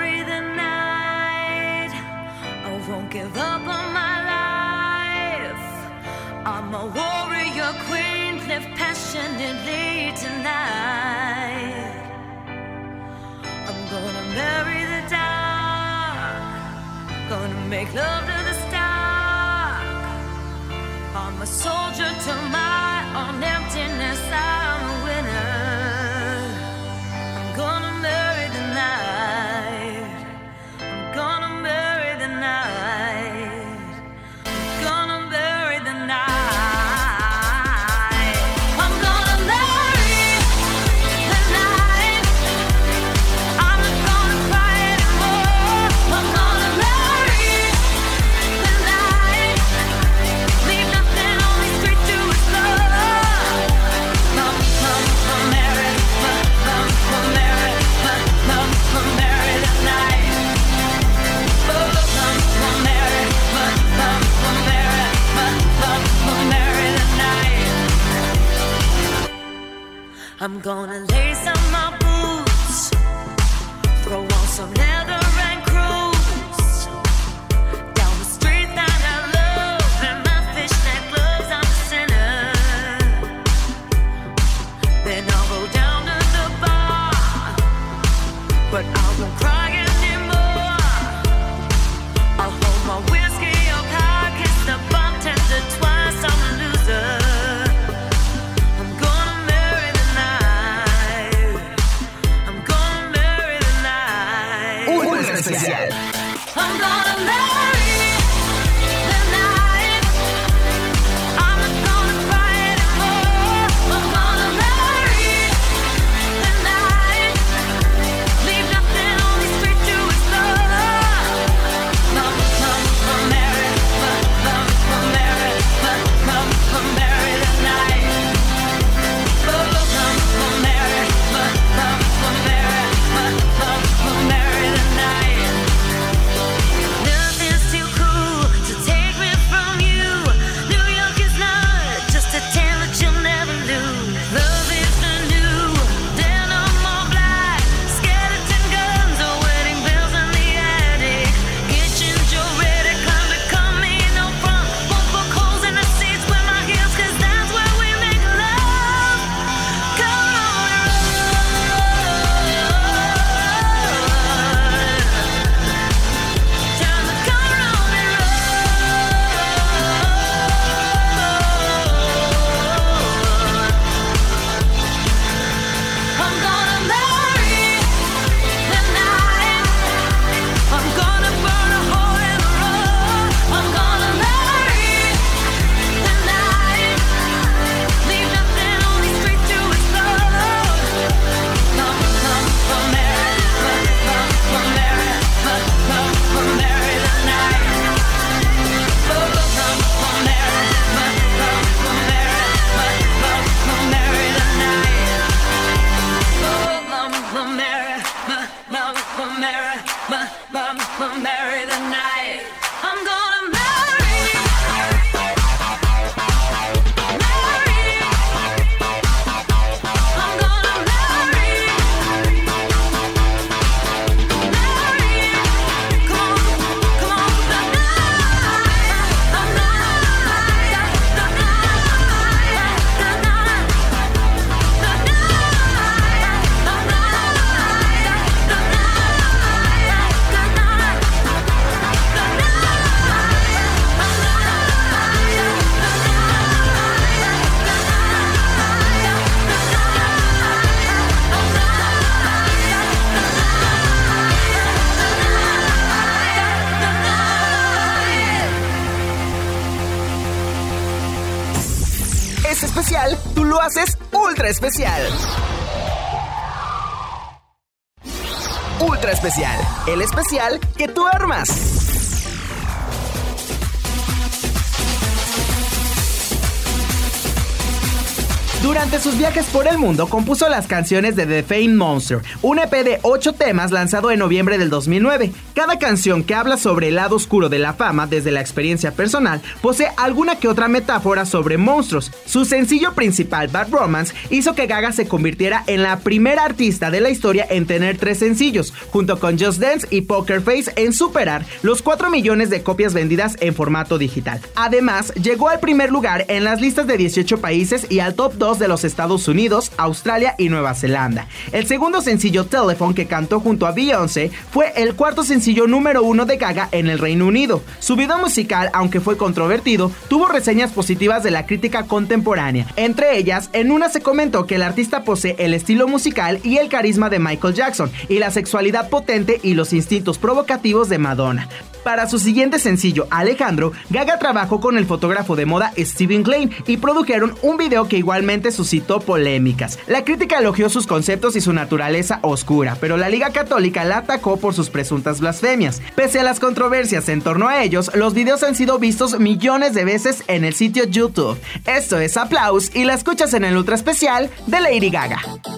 S4: I'm a warrior queen, live passionately tonight. I'm gonna marry the dark, gonna make love to the stark. I'm a soldier to my own emptiness, I'm a winner. I'm gonna marry the night, I'm gonna marry the night, I'm gonna marry the night. I'm gonna marry the night, I'm not gonna cry anymore. I'm gonna marry the night, leave nothing on the street to explore. I'm marry the night. Oh, marry the night. I'm gonna lace up my boots, throw on some leather and cruise down the street that I love, in my fishnet gloves I'm a sinner. Then I'll go down to the bar, but I won't cry anymore. I'll hold my whiskey up high, kiss the bartender twice, I'm a loser. I'm gonna marry the night.
S1: es especial, tú lo haces ultra especial. Ultra especial, el especial que tú armas. Durante sus viajes por el mundo, compuso las canciones de The Fame Monster, un EP de 8 temas lanzado en noviembre del 2009. Cada canción, que habla sobre el lado oscuro de la fama desde la experiencia personal, posee alguna que otra metáfora sobre monstruos. Su sencillo principal, Bad Romance, hizo que Gaga se convirtiera en la primera artista de la historia en tener 3 sencillos, junto con Just Dance y Poker Face, en superar los 4 millones de copias vendidas en formato digital. Además, llegó al primer lugar en las listas de 18 países y al top 2 de los Estados Unidos, Australia y Nueva Zelanda. El segundo sencillo, Telephone, que cantó junto a Beyoncé, fue el cuarto sencillo número 1 de Gaga en el Reino Unido. Su video musical, aunque fue controvertido, tuvo reseñas positivas de la crítica contemporánea. Entre ellas, en una se comentó que el artista posee el estilo musical y el carisma de Michael Jackson, y la sexualidad potente y los instintos provocativos de Madonna. Para su siguiente sencillo, Alejandro, Gaga trabajó con el fotógrafo de moda Steven Klein y produjeron un video que igualmente suscitó polémicas. La crítica elogió sus conceptos y su naturaleza oscura, pero la Liga Católica la atacó por sus presuntas blasfemias. Pese a las controversias en torno a ellos, los videos han sido vistos millones de veces en el sitio YouTube. Esto es Applause y la escuchas en el ultra especial de Lady Gaga.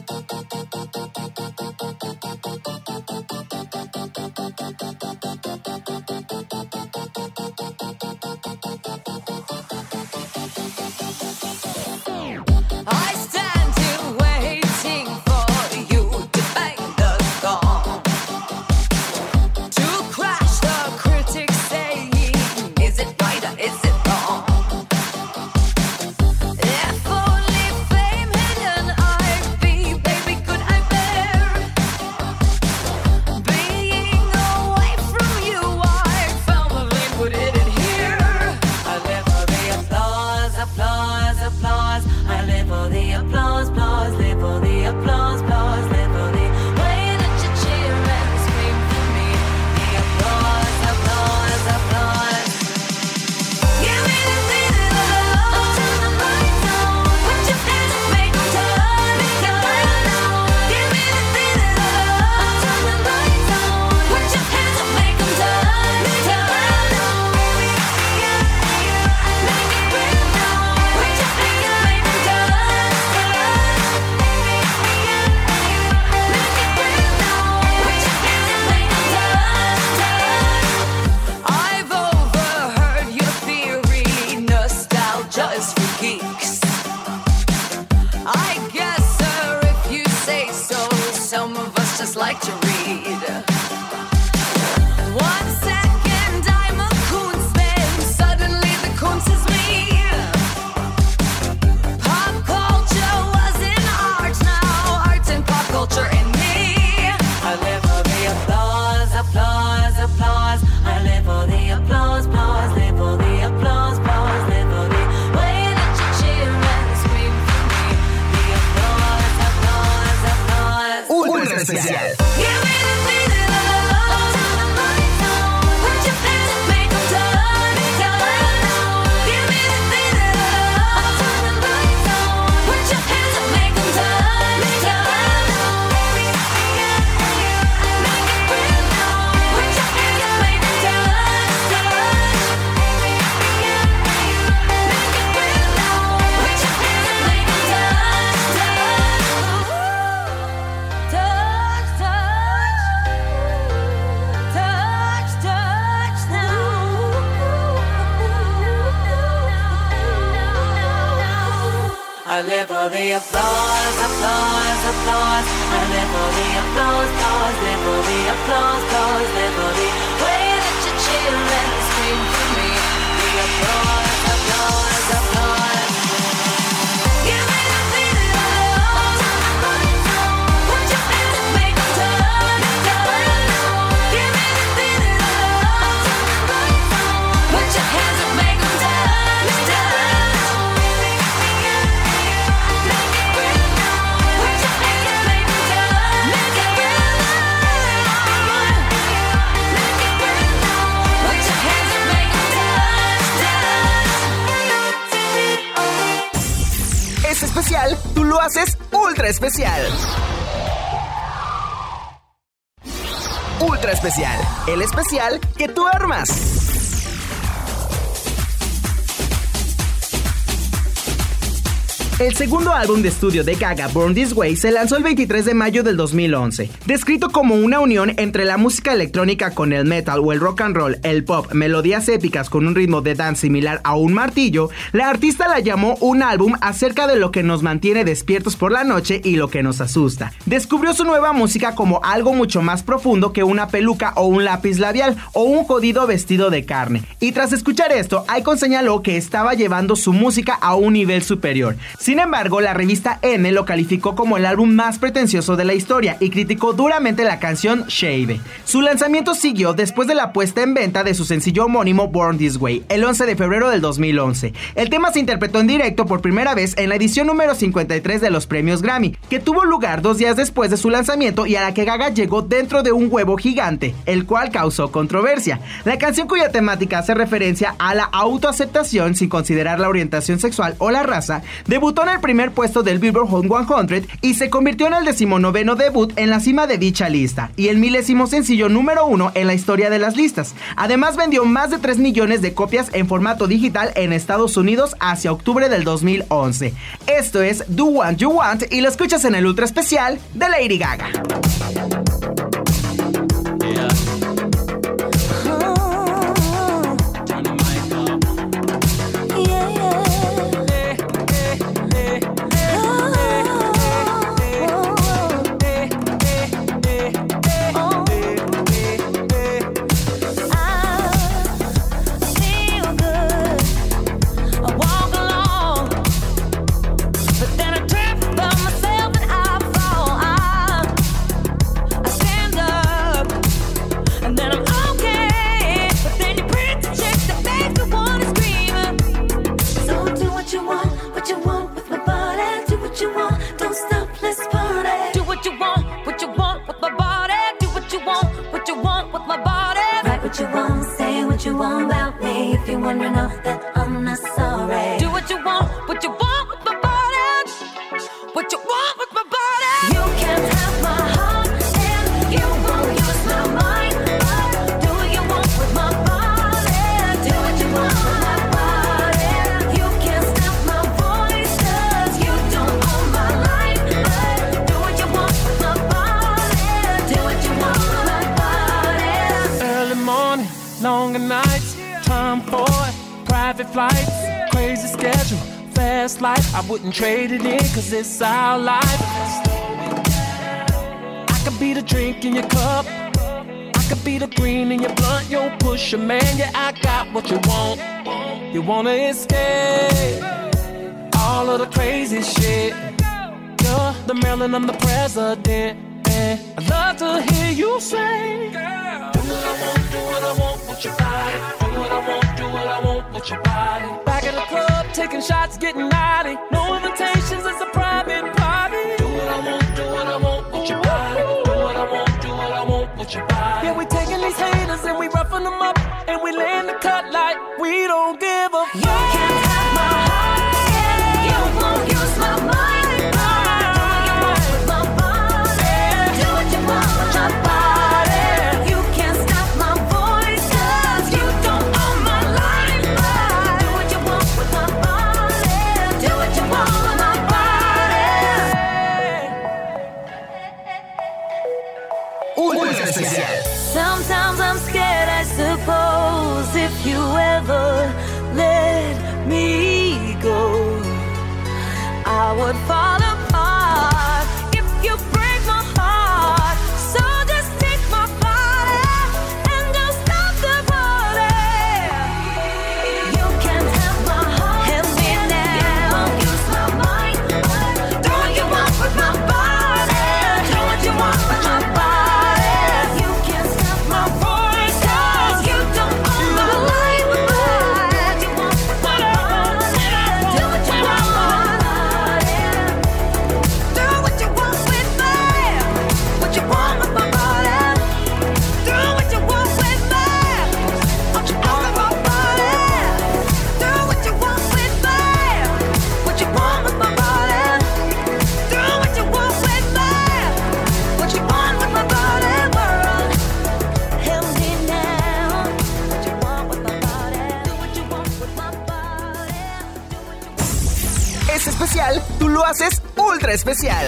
S3: I live for the applause, applause, applause. I live for the applause, applause, live for the applause, applause, live for the way that you cheer and scream for me. The applause, applause, applause. Give me the feeling of love. Put your hands up, make them turn, turn. Give me the feeling of love. Put your hands up, make them turn, turn. Make
S1: especial, tú lo haces ultra especial. Ultra especial, el especial que tú armas. El segundo álbum de estudio de Gaga, Born This Way, se lanzó el 23 de mayo del 2011. Descrito como una unión entre la música electrónica con el metal o el rock and roll, el pop, melodías épicas con un ritmo de dance similar a un martillo, la artista la llamó un álbum acerca de lo que nos mantiene despiertos por la noche y lo que nos asusta. Descubrió su nueva música como algo mucho más profundo que una peluca o un lápiz labial o un jodido vestido de carne. Y tras escuchar esto, Icon señaló que estaba llevando su música a un nivel superior. Sin embargo, la revista N lo calificó como el álbum más pretencioso de la historia y criticó duramente la canción Shade. Su lanzamiento siguió después de la puesta en venta de su sencillo homónimo Born This Way, el 11 de febrero del 2011. El tema se interpretó en directo por primera vez en la edición número 53 de los premios Grammy, que tuvo lugar 2 días después de su lanzamiento y a la que Gaga llegó dentro de un huevo gigante, el cual causó controversia. La canción, cuya temática hace referencia a la autoaceptación sin considerar la orientación sexual o la raza, debutó en el primer puesto del Billboard Hot 100 y se convirtió en el 19º debut en la cima de dicha lista y el 1000º sencillo número 1 en la historia de las listas. Además, vendió más de 3 millones de copias en formato digital en Estados Unidos hacia octubre del 2011. Esto es Do What You Want y lo escuchas en el ultra especial de Lady Gaga.
S3: Longer nights, time for private flights, crazy schedule, fast life. I wouldn't trade it in, cause it's our life. I could be the drink in your cup, I could be the green in your blunt. Yo, pusher, man, yeah, I got what you want. You wanna escape all of the crazy shit. You're the Maryland, I'm the president, and I'd love to hear you say, girl, do what I want with your body. Do what I want, do what I want with your body. Back at the club, taking shots, getting naughty. No invitations, it's a private party. Do what I want with your body. Do what I want with your body. Yeah, we taking these haters and we roughing them up, and we laying the cut like we don't give a fuck. You can't have my heart, yeah. You won't use my mind.
S4: Sometimes I'm scared, I suppose, if you ever let
S1: es especial, tú lo haces ultra especial.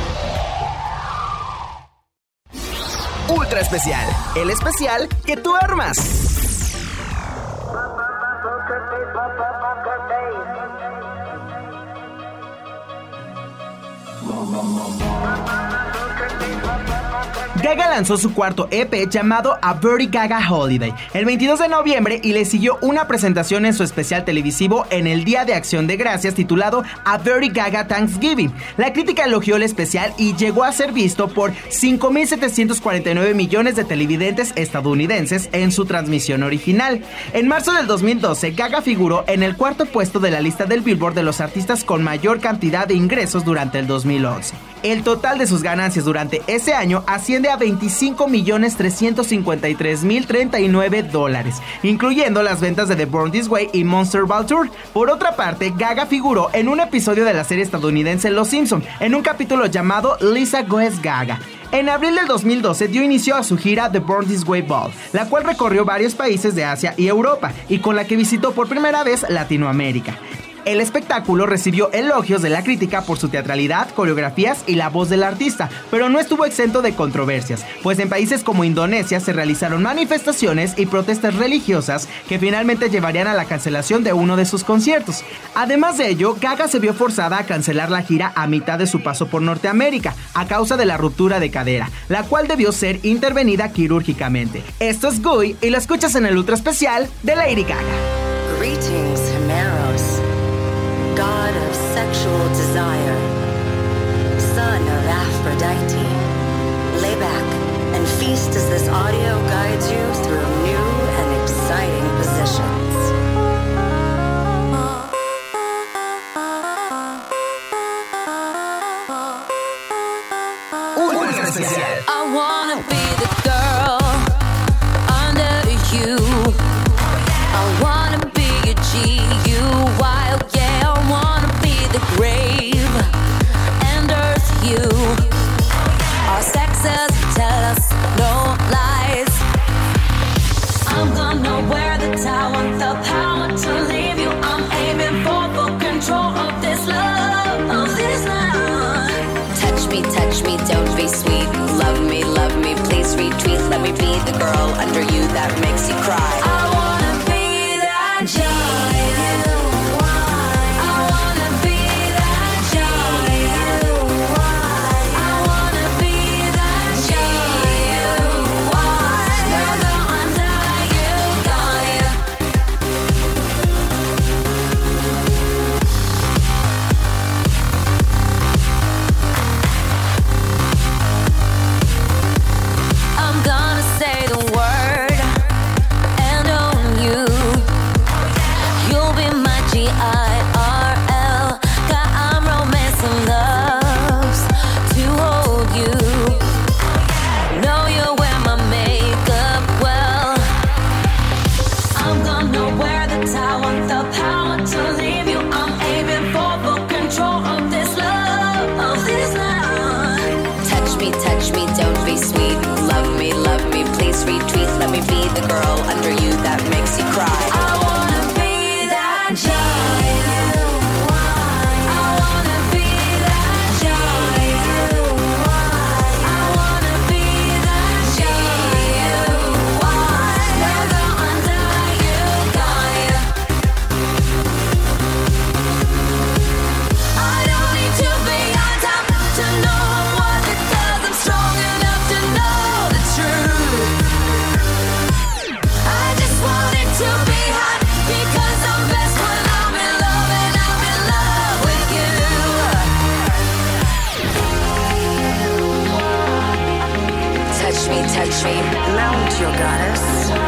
S1: Ultra especial, el especial que tú armas. Gaga lanzó su cuarto EP llamado A Very Gaga Holiday el 22 de noviembre y le siguió una presentación en su especial televisivo en el Día de Acción de Gracias titulado A Very Gaga Thanksgiving. La crítica elogió el especial y llegó a ser visto por 5.749 millones de televidentes estadounidenses en su transmisión original. En marzo del 2012, Gaga figuró en el cuarto puesto de la lista del Billboard de los artistas con mayor cantidad de ingresos durante el 2011. El total de sus ganancias durante ese año asciende a $25.353.039, incluyendo las ventas de The Born This Way y Monster Ball Tour. Por otra parte, Gaga figuró en un episodio de la serie estadounidense Los Simpson, en un capítulo llamado Lisa Goes Gaga. En abril del 2012 dio inicio a su gira The Born This Way Ball, la cual recorrió varios países de Asia y Europa, y con la que visitó por primera vez Latinoamérica. El espectáculo recibió elogios de la crítica por su teatralidad, coreografías y la voz del artista, pero no estuvo exento de controversias, pues en países como Indonesia se realizaron manifestaciones y protestas religiosas que finalmente llevarían a la cancelación de uno de sus conciertos. Además de ello, Gaga se vio forzada a cancelar la gira a mitad de su paso por Norteamérica, a causa de la ruptura de cadera, la cual debió ser intervenida quirúrgicamente. Esto es Gui y lo escuchas en el ultra especial de Lady Gaga.
S5: Greetings, Himeros, god of sexual desire, son of Aphrodite. Lay back and feast as this audio guides you through new and exciting positions.
S1: Ultra especial.
S4: I wanna be the girl under you. I wanna be a G-U-Y, yeah. I wanna be the grave and earth you. Our sexes tell us no lies. I'm gonna wear the talent, the power to leave you. I'm aiming for full control of this love, of this love. Touch me, don't be sweet. Love me, please retweet. Let me be the girl under you that makes you cry. I wanna be that giant. I wanna be that giant. I wanna be that giant. Never under you, got ya. I'm gonna say the word and own you. You'll be my G-I-R-L. Got I'm romance and loves to hold you. Know you wear my makeup well. I'm gonna wear the talent, the power to leave you. I'm aiming for full control of this love, of this love. Touch me, don't be sweet. Love me, please retweet. Let me be the girl under you that makes you cry. I wanna be that giant. I wanna be that giant. I wanna be that giant. Never under you, got ya. I don't need to be on top to know what it does. I'm strong enough to know the truth. I just want it to be hot because I'm best when I'm in love and I'm in love with you.
S5: Touch me, mount your goddess.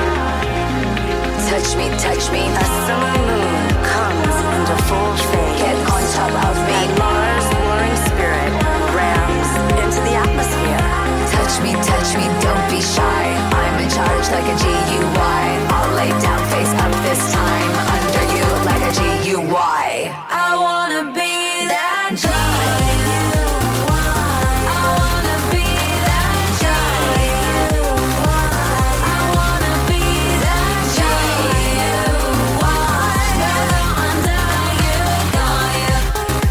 S5: Touch me, a summer moon comes into full fade. Get on top of me, and Mars' warring spirit rams into the atmosphere. Touch me, don't be shy. I'm in charge like a G-U-Y. I'll lay down face up this time under you like a G-U-Y.
S4: I wanna be that giant. I wanna be that giant. I wanna be that giant. Never under you, got ya.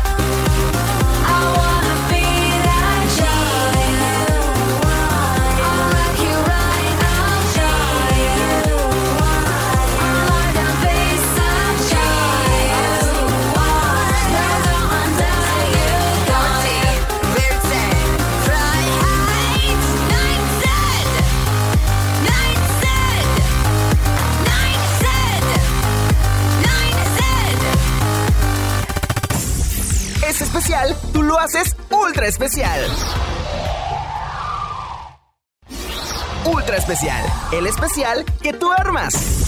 S1: especial, tú lo haces ultra especial. Ultra especial, el especial que tú armas.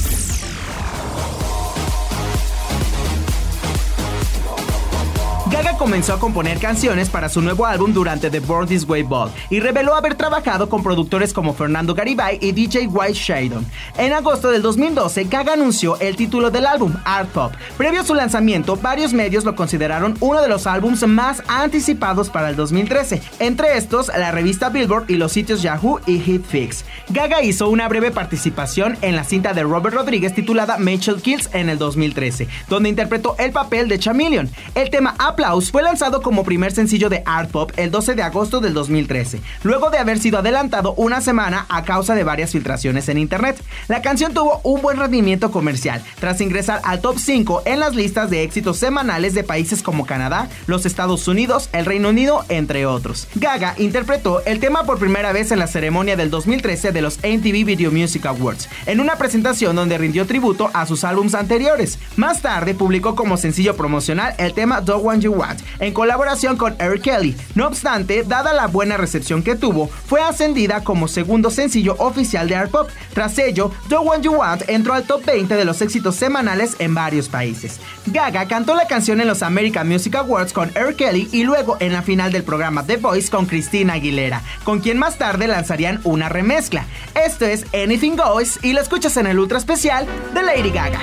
S1: Gaga comenzó a componer canciones para su nuevo álbum durante The Born This Way Ball y reveló haber trabajado con productores como Fernando Garibay y DJ White Shadon. En agosto del 2012, Gaga anunció el título del álbum, Art Pop. Previo a su lanzamiento, varios medios lo consideraron uno de los álbumes más anticipados para el 2013, entre estos la revista Billboard y los sitios Yahoo y Hitfix. Gaga hizo una breve participación en la cinta de Robert Rodríguez titulada Mitchell Kills en el 2013, donde interpretó el papel de Chameleon. El tema fue lanzado como primer sencillo de Art Pop el 12 de agosto del 2013, luego de haber sido adelantado una semana a causa de varias filtraciones en internet. La canción tuvo un buen rendimiento comercial, tras ingresar al top 5 en las listas de éxitos semanales de países como Canadá, los Estados Unidos, el Reino Unido, entre otros. Gaga interpretó el tema por primera vez en la ceremonia del 2013 de los MTV Video Music Awards, en una presentación donde rindió tributo a sus álbumes anteriores. Más tarde publicó como sencillo promocional el tema Don't Want You Want, en colaboración con R. Kelly. No obstante, dada la buena recepción que tuvo, fue ascendida como segundo sencillo oficial de Art Pop. Tras ello, Don't Want You Want entró al top 20 de los éxitos semanales en varios países. Gaga cantó la canción en los American Music Awards con R. Kelly y luego en la final del programa The Voice con Christina Aguilera, con quien más tarde lanzarían una remezcla. Esto es Anything Goes y lo escuchas en el ultra especial de Lady Gaga.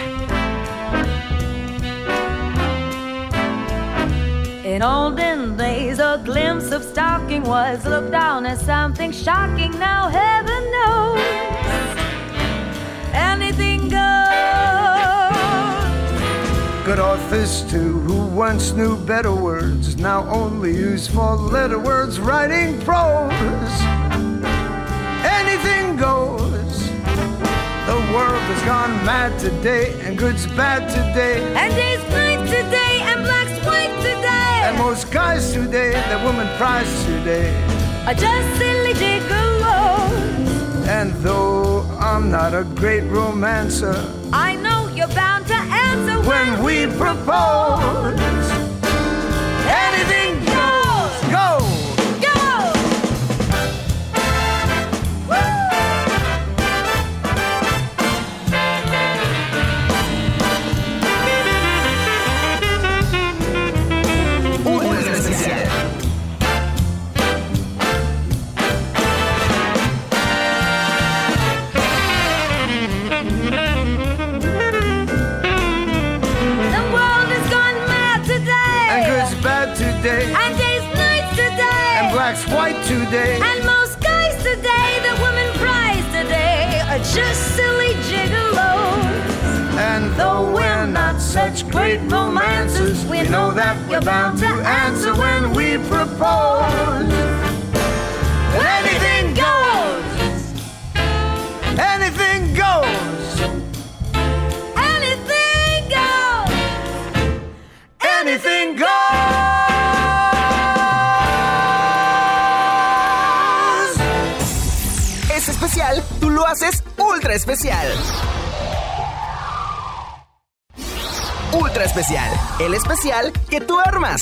S4: In olden days, a glimpse of stalking was looked down as something shocking. Now heaven knows, anything goes.
S6: Good authors too, who once knew better words, now only use four-letter words writing prose. Anything goes. The world has gone mad today, and good's bad today,
S4: And day's night today, and black's white today.
S6: and most guys today, the woman prize today.
S4: Are just silly gigolos.
S6: And though I'm not a great romancer,
S4: I know you're bound to answer
S6: when we propose, anything goes. Go!
S4: go.
S1: Ultra especial.
S4: The world has gone mad today.
S6: And good's bad today,
S4: And day's night today.
S6: and black's white today.
S4: And most guys today, the women prize today, are just silly gigolos.
S6: And though we're not such great romancers, we know that we're bound to answer when we propose. Anything goes. Anything goes.
S4: Anything goes.
S6: Anything goes.
S1: Es especial, tú lo haces ultra especial. Ultra especial, el especial que tú armas.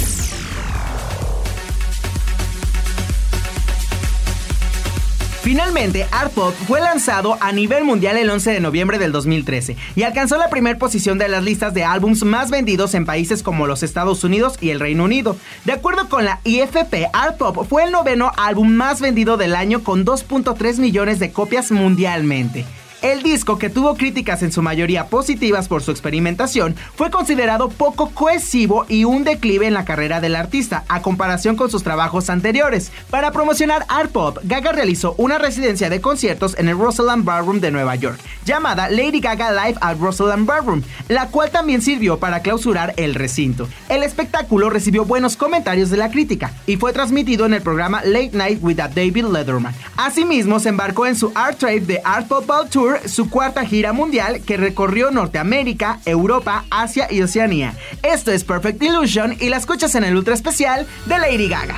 S1: Finalmente, Art Pop fue lanzado a nivel mundial el 11 de noviembre del 2013 y alcanzó la primera posición de las listas de álbums más vendidos en países como los Estados Unidos y el Reino Unido. De acuerdo con la IFP, Art Pop fue el noveno álbum más vendido del año con 2.3 millones de copias mundialmente. El disco, que tuvo críticas en su mayoría positivas por su experimentación, fue considerado poco cohesivo y un declive en la carrera del artista, a comparación con sus trabajos anteriores. Para promocionar Art Pop, Gaga realizó una residencia de conciertos en el Roseland Ballroom de Nueva York, llamada Lady Gaga Live at Roseland Ballroom, la cual también sirvió para clausurar el recinto. El espectáculo recibió buenos comentarios de la crítica y fue transmitido en el programa Late Night with David Letterman. Asimismo, se embarcó en su Art Trade de Art Pop Ball Tour, su cuarta gira mundial que recorrió Norteamérica, Europa, Asia y Oceanía. Esto es Perfect Illusion y la escuchas en el ultra especial de Lady Gaga.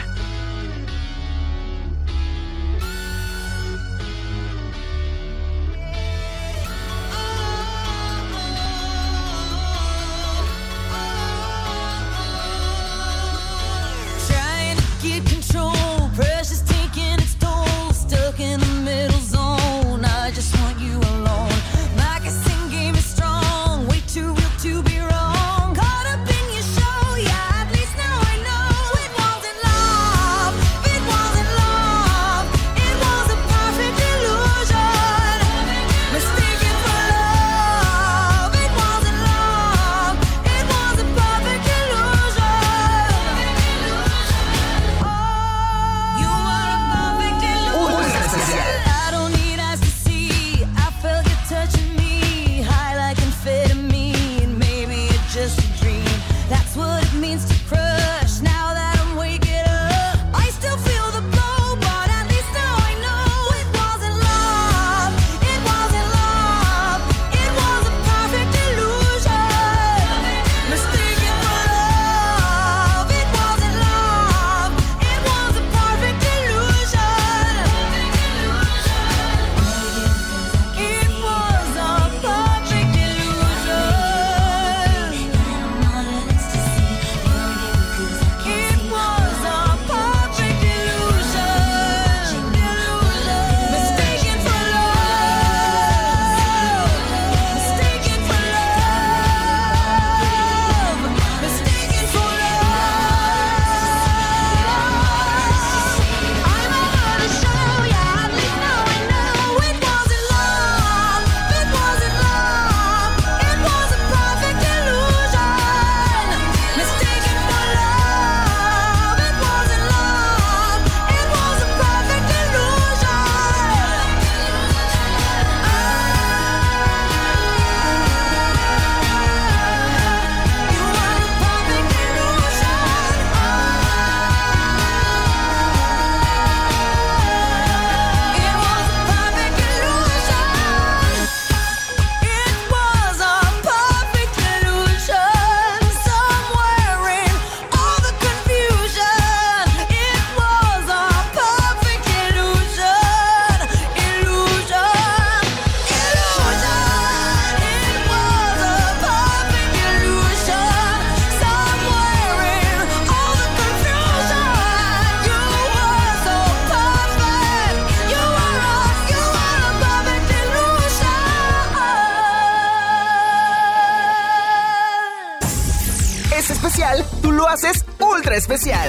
S1: es especial, tú lo haces ultra especial.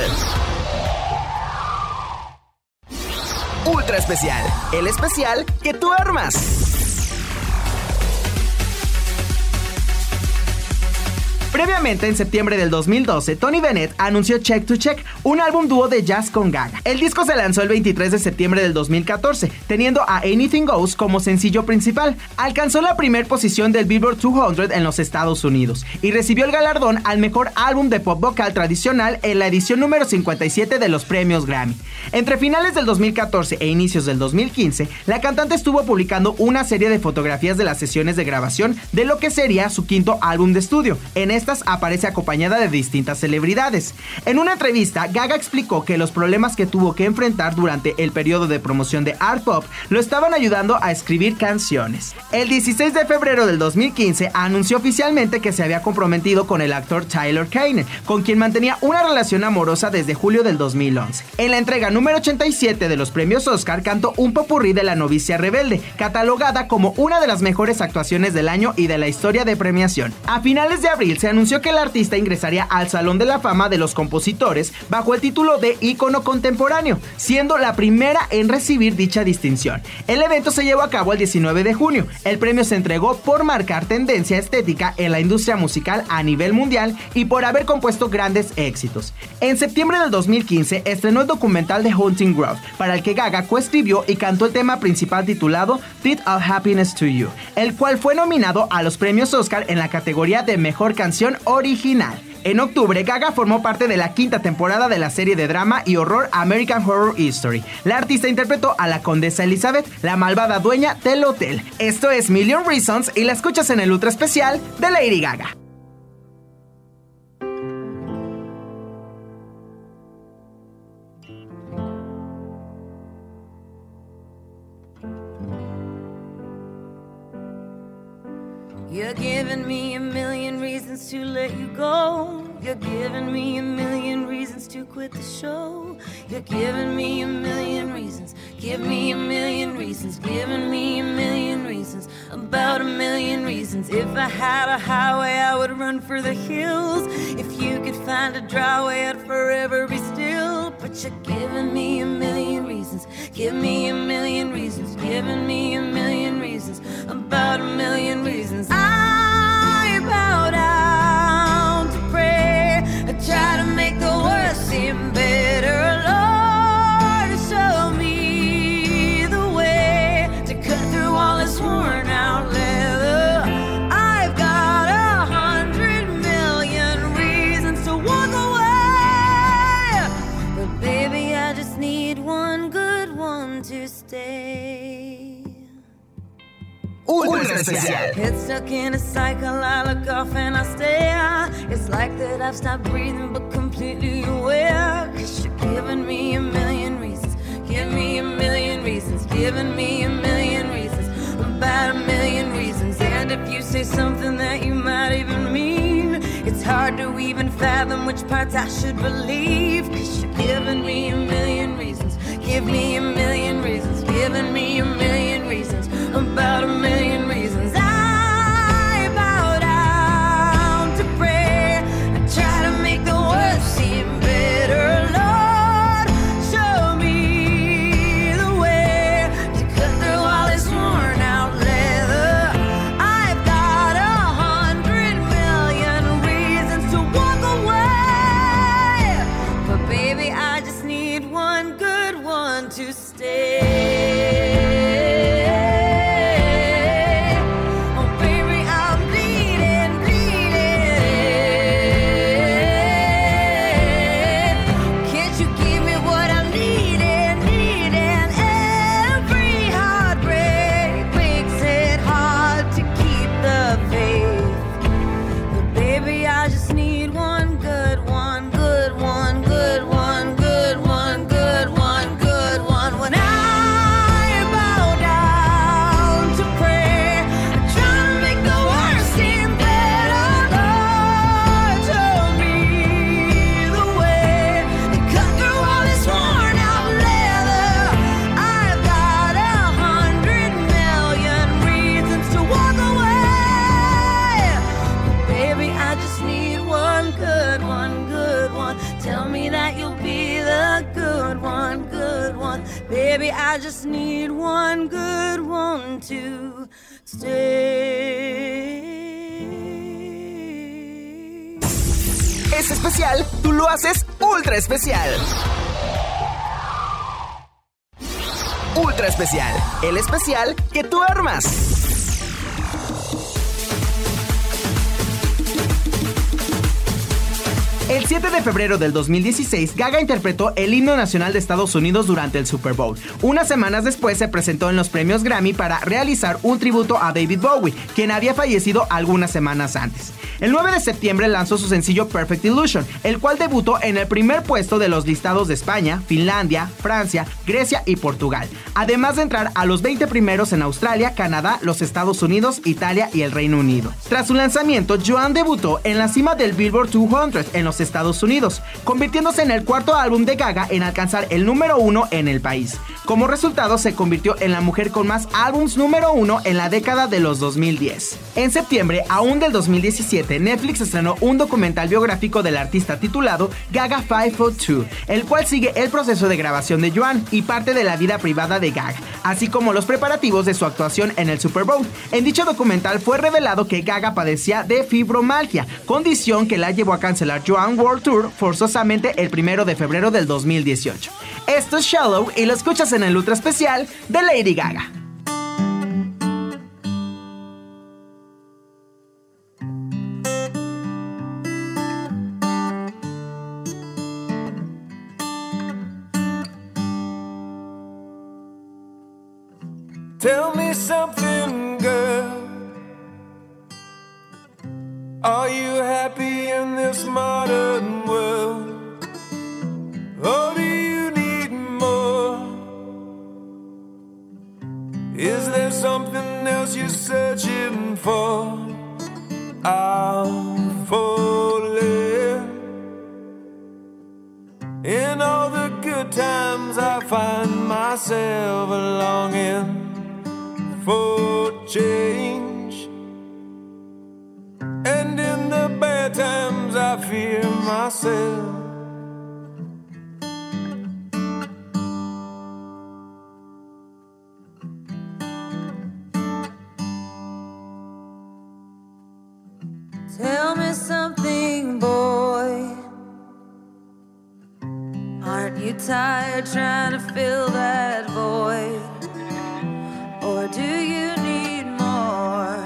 S1: Ultra especial, el especial que tú armas. Previamente, en septiembre del 2012, Tony Bennett anunció Check to Check, un álbum dúo de jazz con Gaga. El disco se lanzó el 23 de septiembre del 2014, teniendo a Anything Goes como sencillo principal. Alcanzó la primera posición del Billboard 200 en los Estados Unidos y recibió el galardón al mejor álbum de pop vocal tradicional en la edición número 57 de los premios Grammy. Entre finales del 2014 e inicios del 2015, la cantante estuvo publicando una serie de fotografías de las sesiones de grabación de lo que sería su quinto álbum de estudio. En estas aparece acompañada de distintas celebridades. En una entrevista, Gaga explicó que los problemas que tuvo que enfrentar durante el periodo de promoción de Art Pop lo estaban ayudando a escribir canciones. El 16 de febrero del 2015 anunció oficialmente que se había comprometido con el actor Tyler Kane, con quien mantenía una relación amorosa desde julio del 2011. En la entrega número 87 de los premios Oscar cantó un popurrí de La novicia rebelde, catalogada como una de las mejores actuaciones del año y de la historia de premiación. A finales de abril se anunció que el artista ingresaría al Salón de la Fama de los Compositores bajo el título de Ícono Contemporáneo, siendo la primera en recibir dicha distinción. El evento se llevó a cabo el 19 de junio. El premio se entregó por marcar tendencia estética en la industria musical a nivel mundial y por haber compuesto grandes éxitos. En septiembre del 2015 estrenó el documental de Hunting Grove, para el que Gaga coescribió y cantó el tema principal titulado Deed of Happiness to You, el cual fue nominado a los premios Oscar en la categoría de Mejor Canción Original. En octubre, Gaga formó parte de la quinta temporada de la serie de drama y horror American Horror Story. La artista interpretó a la condesa Elizabeth, la malvada dueña del hotel. Esto es Million Reasons y la escuchas en el ultra especial de Lady Gaga.
S7: You're giving me a million reasons to let you go. You're giving me a million reasons to quit the show. You're giving me a million reasons. Give me a million reasons. Giving me a million reasons. About a million reasons. If I had a highway, I would run for the hills. If you could find a dry way, I'd forever be still. But you're giving me a million reasons. Give me a million reasons. Giving me a million reasons. About a million reasons. I bow down to pray. I try to make the worst seem better. Lord, show me the way to cut through all this worn out leather. I've got 100 million reasons to walk away, but baby, I just need one good one to stay.
S1: Ultra especial.
S7: Get stuck in a cycle, I look off and I stare. It's like that I've stopped breathing but completely aware. 'Cause you're giving me a million reasons. Give me a million reasons. Giving me a million reasons. About a million reasons. And if you say something that you might even mean, it's hard to even fathom which parts I should believe. 'Cause you're giving me a million reasons. Give me a million reasons. Giving me a million reasons. About a million reasons. I bow down to pray. I try to make the worst seem better. Lord, show me the way to cut through all this worn out leather. I've got 100 million reasons to walk away, but baby, I just need one good one to stay. Tell me that you'll be the good one, good one. Baby, I just need one good one to stay.
S1: Es especial, tú lo haces ultra especial. Ultra especial, el especial que tú armas. El 7 de febrero del 2016, Gaga interpretó el himno nacional de Estados Unidos durante el Super Bowl. Unas semanas después se presentó en los premios Grammy para realizar un tributo a David Bowie, quien había fallecido algunas semanas antes. El 9 de septiembre lanzó su sencillo Perfect Illusion, el cual debutó en el primer puesto de los listados de España, Finlandia, Francia, Grecia y Portugal, además de entrar a los 20 primeros en Australia, Canadá, los Estados Unidos, Italia y el Reino Unido. Tras su lanzamiento, Joan debutó en la cima del Billboard 200 en los Estados Unidos, convirtiéndose en el cuarto álbum de Gaga en alcanzar el número 1 en el país. Como resultado, se convirtió en la mujer con más álbums número 1 en la década de los 2010. En septiembre, aún del 2017, Netflix estrenó un documental biográfico del artista titulado Gaga 5'2", el cual sigue el proceso de grabación de Joan y parte de la vida privada de Gaga, así como los preparativos de su actuación en el Super Bowl. En dicho documental fue revelado que Gaga padecía de fibromialgia, condición que la llevó a cancelar Joan World Tour forzosamente el 1 de febrero del 2018. Esto es Shallow y lo escuchas en el ultra especial de Lady Gaga.
S3: Tell me something, girl. Are you happy in this modern world? Or do you need more? Is there something else you're searching for? I'm falling. In all the good times I find myself longing for change, and in the bad times I fear myself.
S7: Tell me something, boy. Aren't you tired trying to fill that void? Or do you need more?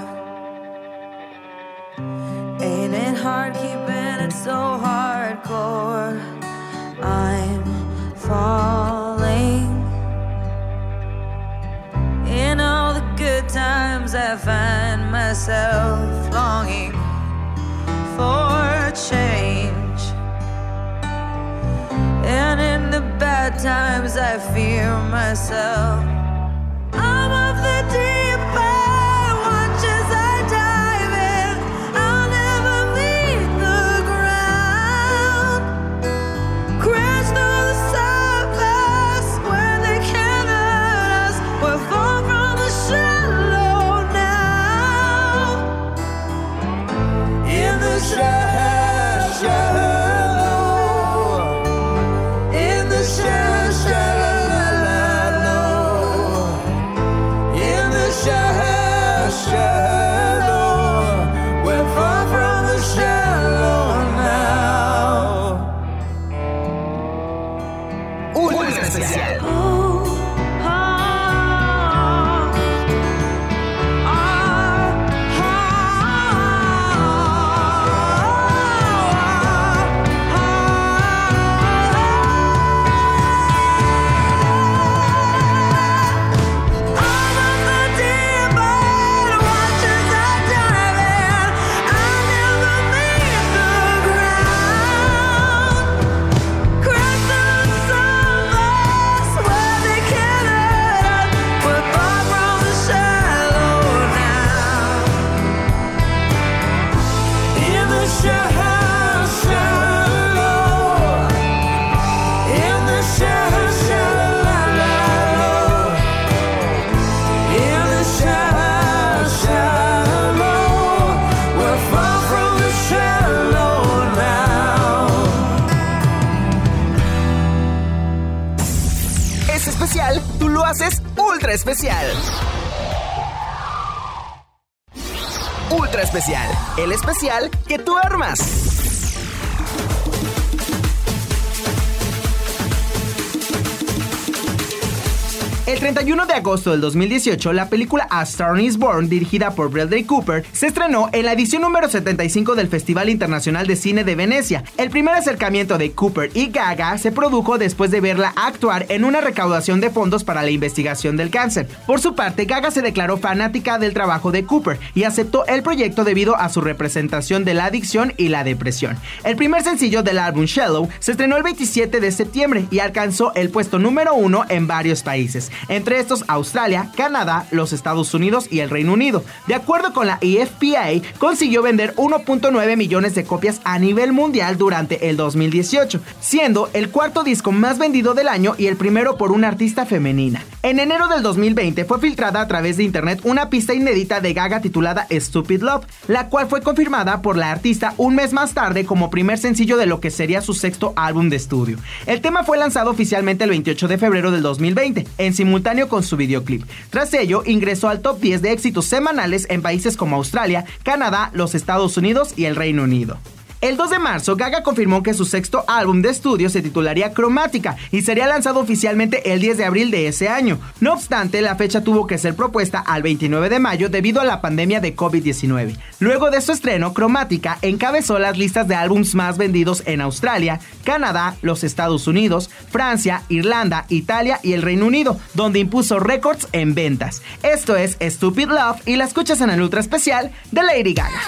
S7: Ain't it hard keeping it so hardcore? I'm falling. In all the good times I find myself longing for change, and in the bad times I fear myself. I'm of the deep end, watch as I dive in. I'll never meet the ground. Crash through the surface where they can't hurt us. We'll fall from the shallow now. In the shallow. In the shallow.
S1: lo haces ultra especial. Ultra especial, el especial que tú armas. El 31 de agosto del 2018, la película A Star is Born, dirigida por Bradley Cooper, se estrenó en la edición número 75 del Festival Internacional de Cine de Venecia. El primer acercamiento de Cooper y Gaga se produjo después de verla actuar en una recaudación de fondos para la investigación del cáncer. Por su parte, Gaga se declaró fanática del trabajo de Cooper y aceptó el proyecto debido a su representación de la adicción y la depresión. El primer sencillo del álbum Shallow se estrenó el 27 de septiembre y alcanzó el puesto número 1 en varios países. Entre estos, Australia, Canadá, los Estados Unidos y el Reino Unido. De acuerdo con la EFPA, consiguió vender 1.9 millones de copias a nivel mundial durante el 2018, siendo el cuarto disco más vendido del año y el primero por una artista femenina. En enero del 2020 fue filtrada a través de internet una pista inédita de Gaga titulada Stupid Love, la cual fue confirmada por la artista un mes más tarde como primer sencillo de lo que sería su sexto álbum de estudio. El tema fue lanzado oficialmente el 28 de febrero del 2020, en simultáneo con su videoclip. Tras ello, ingresó al top 10 de éxitos semanales en países como Australia, Canadá, los Estados Unidos y el Reino Unido. El 2 de marzo, Gaga confirmó que su sexto álbum de estudio se titularía Cromática y sería lanzado oficialmente el 10 de abril de ese año. No obstante, la fecha tuvo que ser propuesta al 29 de mayo debido a la pandemia de COVID-19. Luego de su estreno, Cromática encabezó las listas de álbums más vendidos en Australia, Canadá, los Estados Unidos, Francia, Irlanda, Italia y el Reino Unido, donde impuso récords en ventas. Esto es Stupid Love y la escuchas en el ultra especial de Lady Gaga.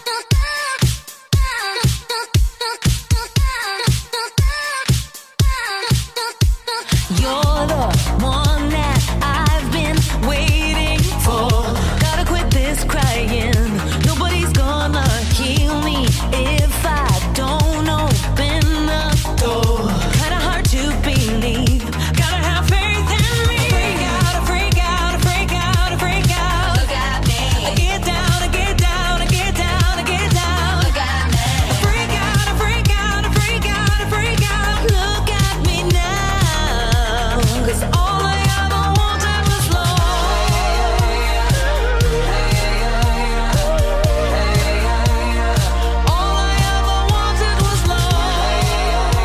S4: You're the one that I've been waiting for. Gotta quit this crying. Nobody's gonna heal me if I don't open the door. Kinda hard to believe. Gotta have faith in me. Freak out, freak out, freak out, freak out. Look at me. I get down, I get down, I get down, I get down. Look at me. Freak out, freak out, freak out, freak out. Look at me now. 'Cause all I ever wanted was love. All I ever wanted was love.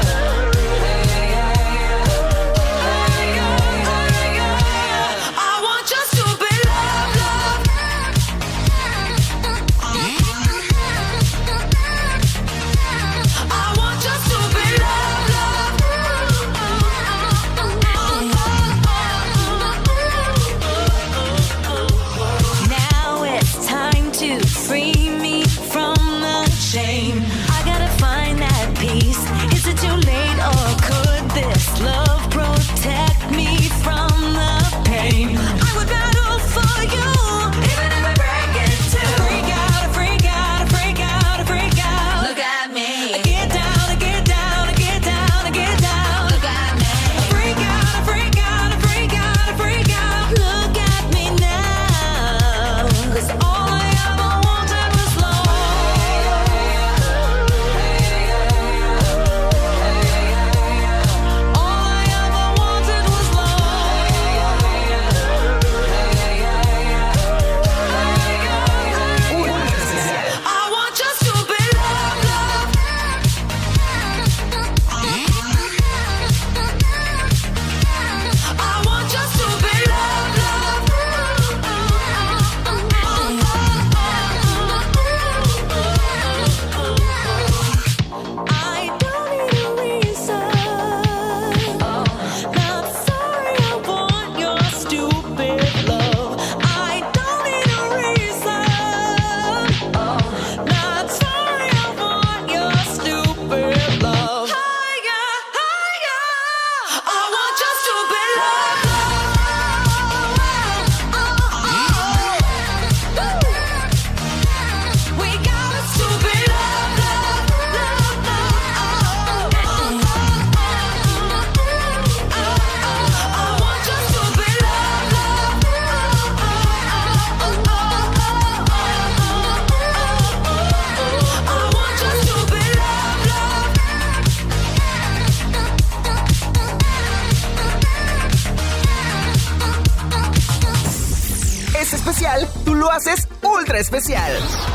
S4: I want your stupid love, love. I want your stupid love, love. Now it's time to free me from the shame. I gotta find that peace. Is it too late or could this love protect me from the pain? I would battle for you, even if I break it too. Freak out, freak out, freak out, freak out. Look at me. I get down, I get down, I get down, I get down. Look at me. Freak out, freak out, freak out, freak out. Look at me now. 'Cause all I ever wanted was love.
S1: haces ultra especial.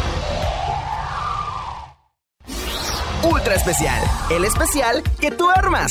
S1: Ultra especial, el especial que tú armas.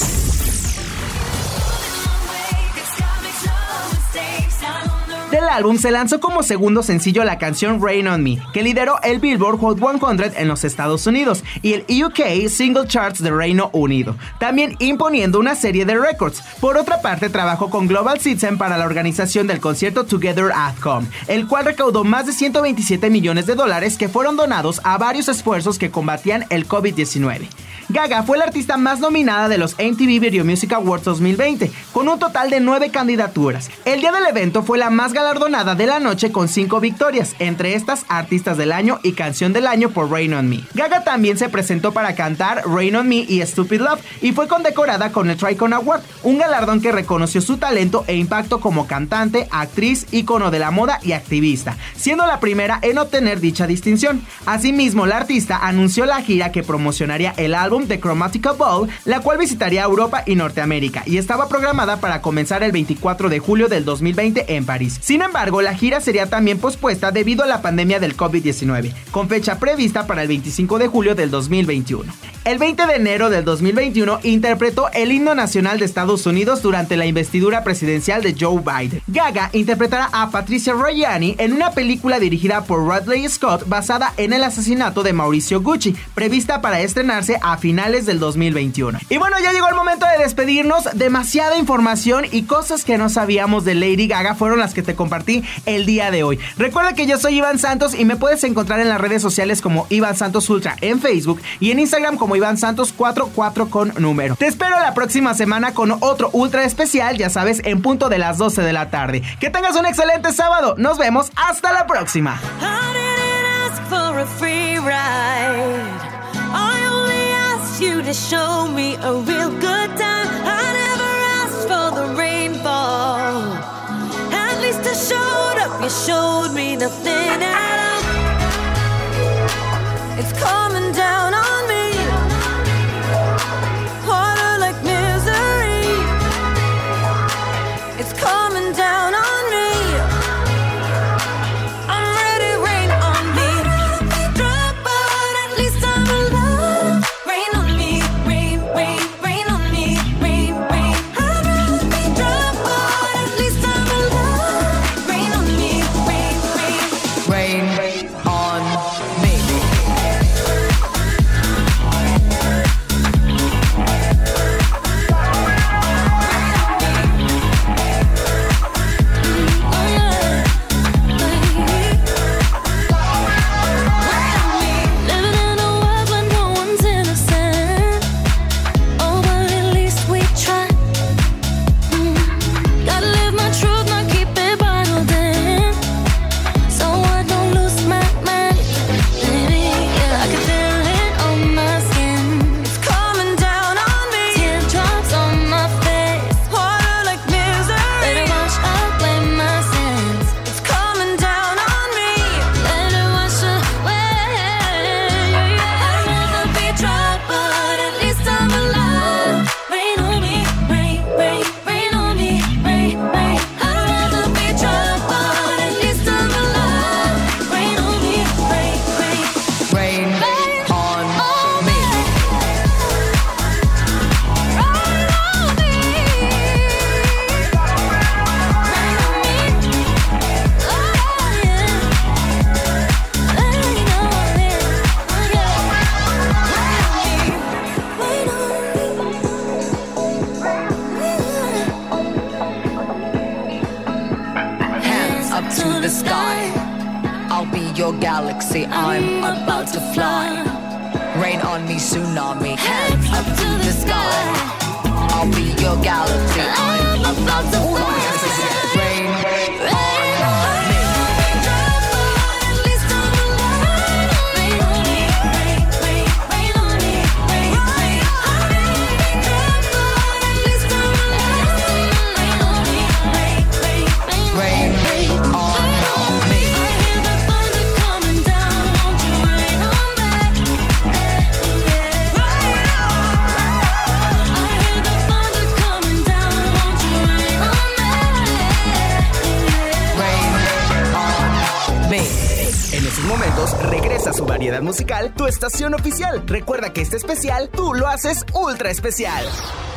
S1: Del álbum se lanzó como segundo sencillo la canción Rain on Me, que lideró el Billboard Hot 100 en los Estados Unidos y el UK Single Charts de Reino Unido, también imponiendo una serie de récords. Por otra parte, trabajó con Global Citizen para la organización del concierto Together at Home, el cual recaudó más de $127 millones que fueron donados a varios esfuerzos que combatían el COVID-19. Gaga fue la artista más nominada de los MTV Video Music Awards 2020, con un total de 9 candidaturas. El día del evento fue la más galardonada de la noche con 5 victorias, entre estas Artistas del Año y Canción del Año por Rain on Me. Gaga también se presentó para cantar Rain on Me y Stupid Love y fue condecorada con el Tricon Award, un galardón que reconoció su talento e impacto como cantante, actriz, ícono de la moda y activista, siendo la primera en obtener dicha distinción. Asimismo, la artista anunció la gira que promocionaría el álbum The Chromatica Ball, la cual visitaría Europa y Norteamérica y estaba programada para comenzar el 24 de julio del 2020 en París. Sin embargo, la gira sería también pospuesta debido a la pandemia del COVID-19, con fecha prevista para el 25 de julio del 2021. El 20 de enero del 2021 interpretó el himno nacional de Estados Unidos durante la investidura presidencial de Joe Biden. Gaga interpretará a Patricia Reggiani en una película dirigida por Ridley Scott basada en el asesinato de Mauricio Gucci, prevista para estrenarse a finales del 2021. Y bueno, ya llegó el momento de despedirnos. Demasiada información y cosas que no sabíamos de Lady Gaga fueron las que te compartí el día de hoy. Recuerda que yo soy Iván Santos y me puedes encontrar en las redes sociales como Iván Santos Ultra en Facebook y en Instagram como Iván Santos 44 con número. Te espero la próxima semana con otro ultra especial, ya sabes, en punto de las 12 de la tarde. Que tengas un excelente sábado. Nos vemos. Hasta la próxima.
S7: You to show me a real good time. I never asked for the rainfall. At least I showed up. You showed me nothing at all. It's coming down on me. Harder like misery. It's coming down on me. I'm ready, rain on me. Drop out, at least I'm alive. Rain on me, rain, rain, rain on me, rain, rain. I'd rather be drop out, at least I'm alive. Rain on me, rain, rain.
S8: Rain on me.
S4: Living in a world where no one's innocent. Oh, but at least we try. Gotta live my truth, not keep it bottled in. So I don't lose my mind. Baby, yeah, I can feel it on my skin.
S7: It's coming down on me.
S4: Teardrops on my face.
S7: Harder like
S4: Let
S7: misery.
S4: it wash away my sins.
S7: It's coming down on me.
S4: Let it wash away.
S7: I'd rather be dry, but at least I'm alive. Rain on me, rain, rain, rain on me, rain, rain. I'd rather be dry, but at least I'm alive. Rain on me, rain, rain.
S8: Rain on me. Hands up to the sky. I'll be your galaxy. I'm about to fly. Rain on me, tsunami. Hands up to the sky. I'll be your galaxy. I'm about to fly. Rain on me.
S7: At least I'm alive. Rain on me, rain, rain, rain on me, rain, rain. I'd rather be dry, but at least I'm alive. Rain on me, rain, rain, rain.
S8: Rain on me.
S7: I hear the thunder coming down. Won't you rain on me? I hear the thunder coming down. Won't you rain on me?
S1: Santos regresa a su variedad musical, tu estación oficial. Recuerda que este especial tú lo haces ultra especial.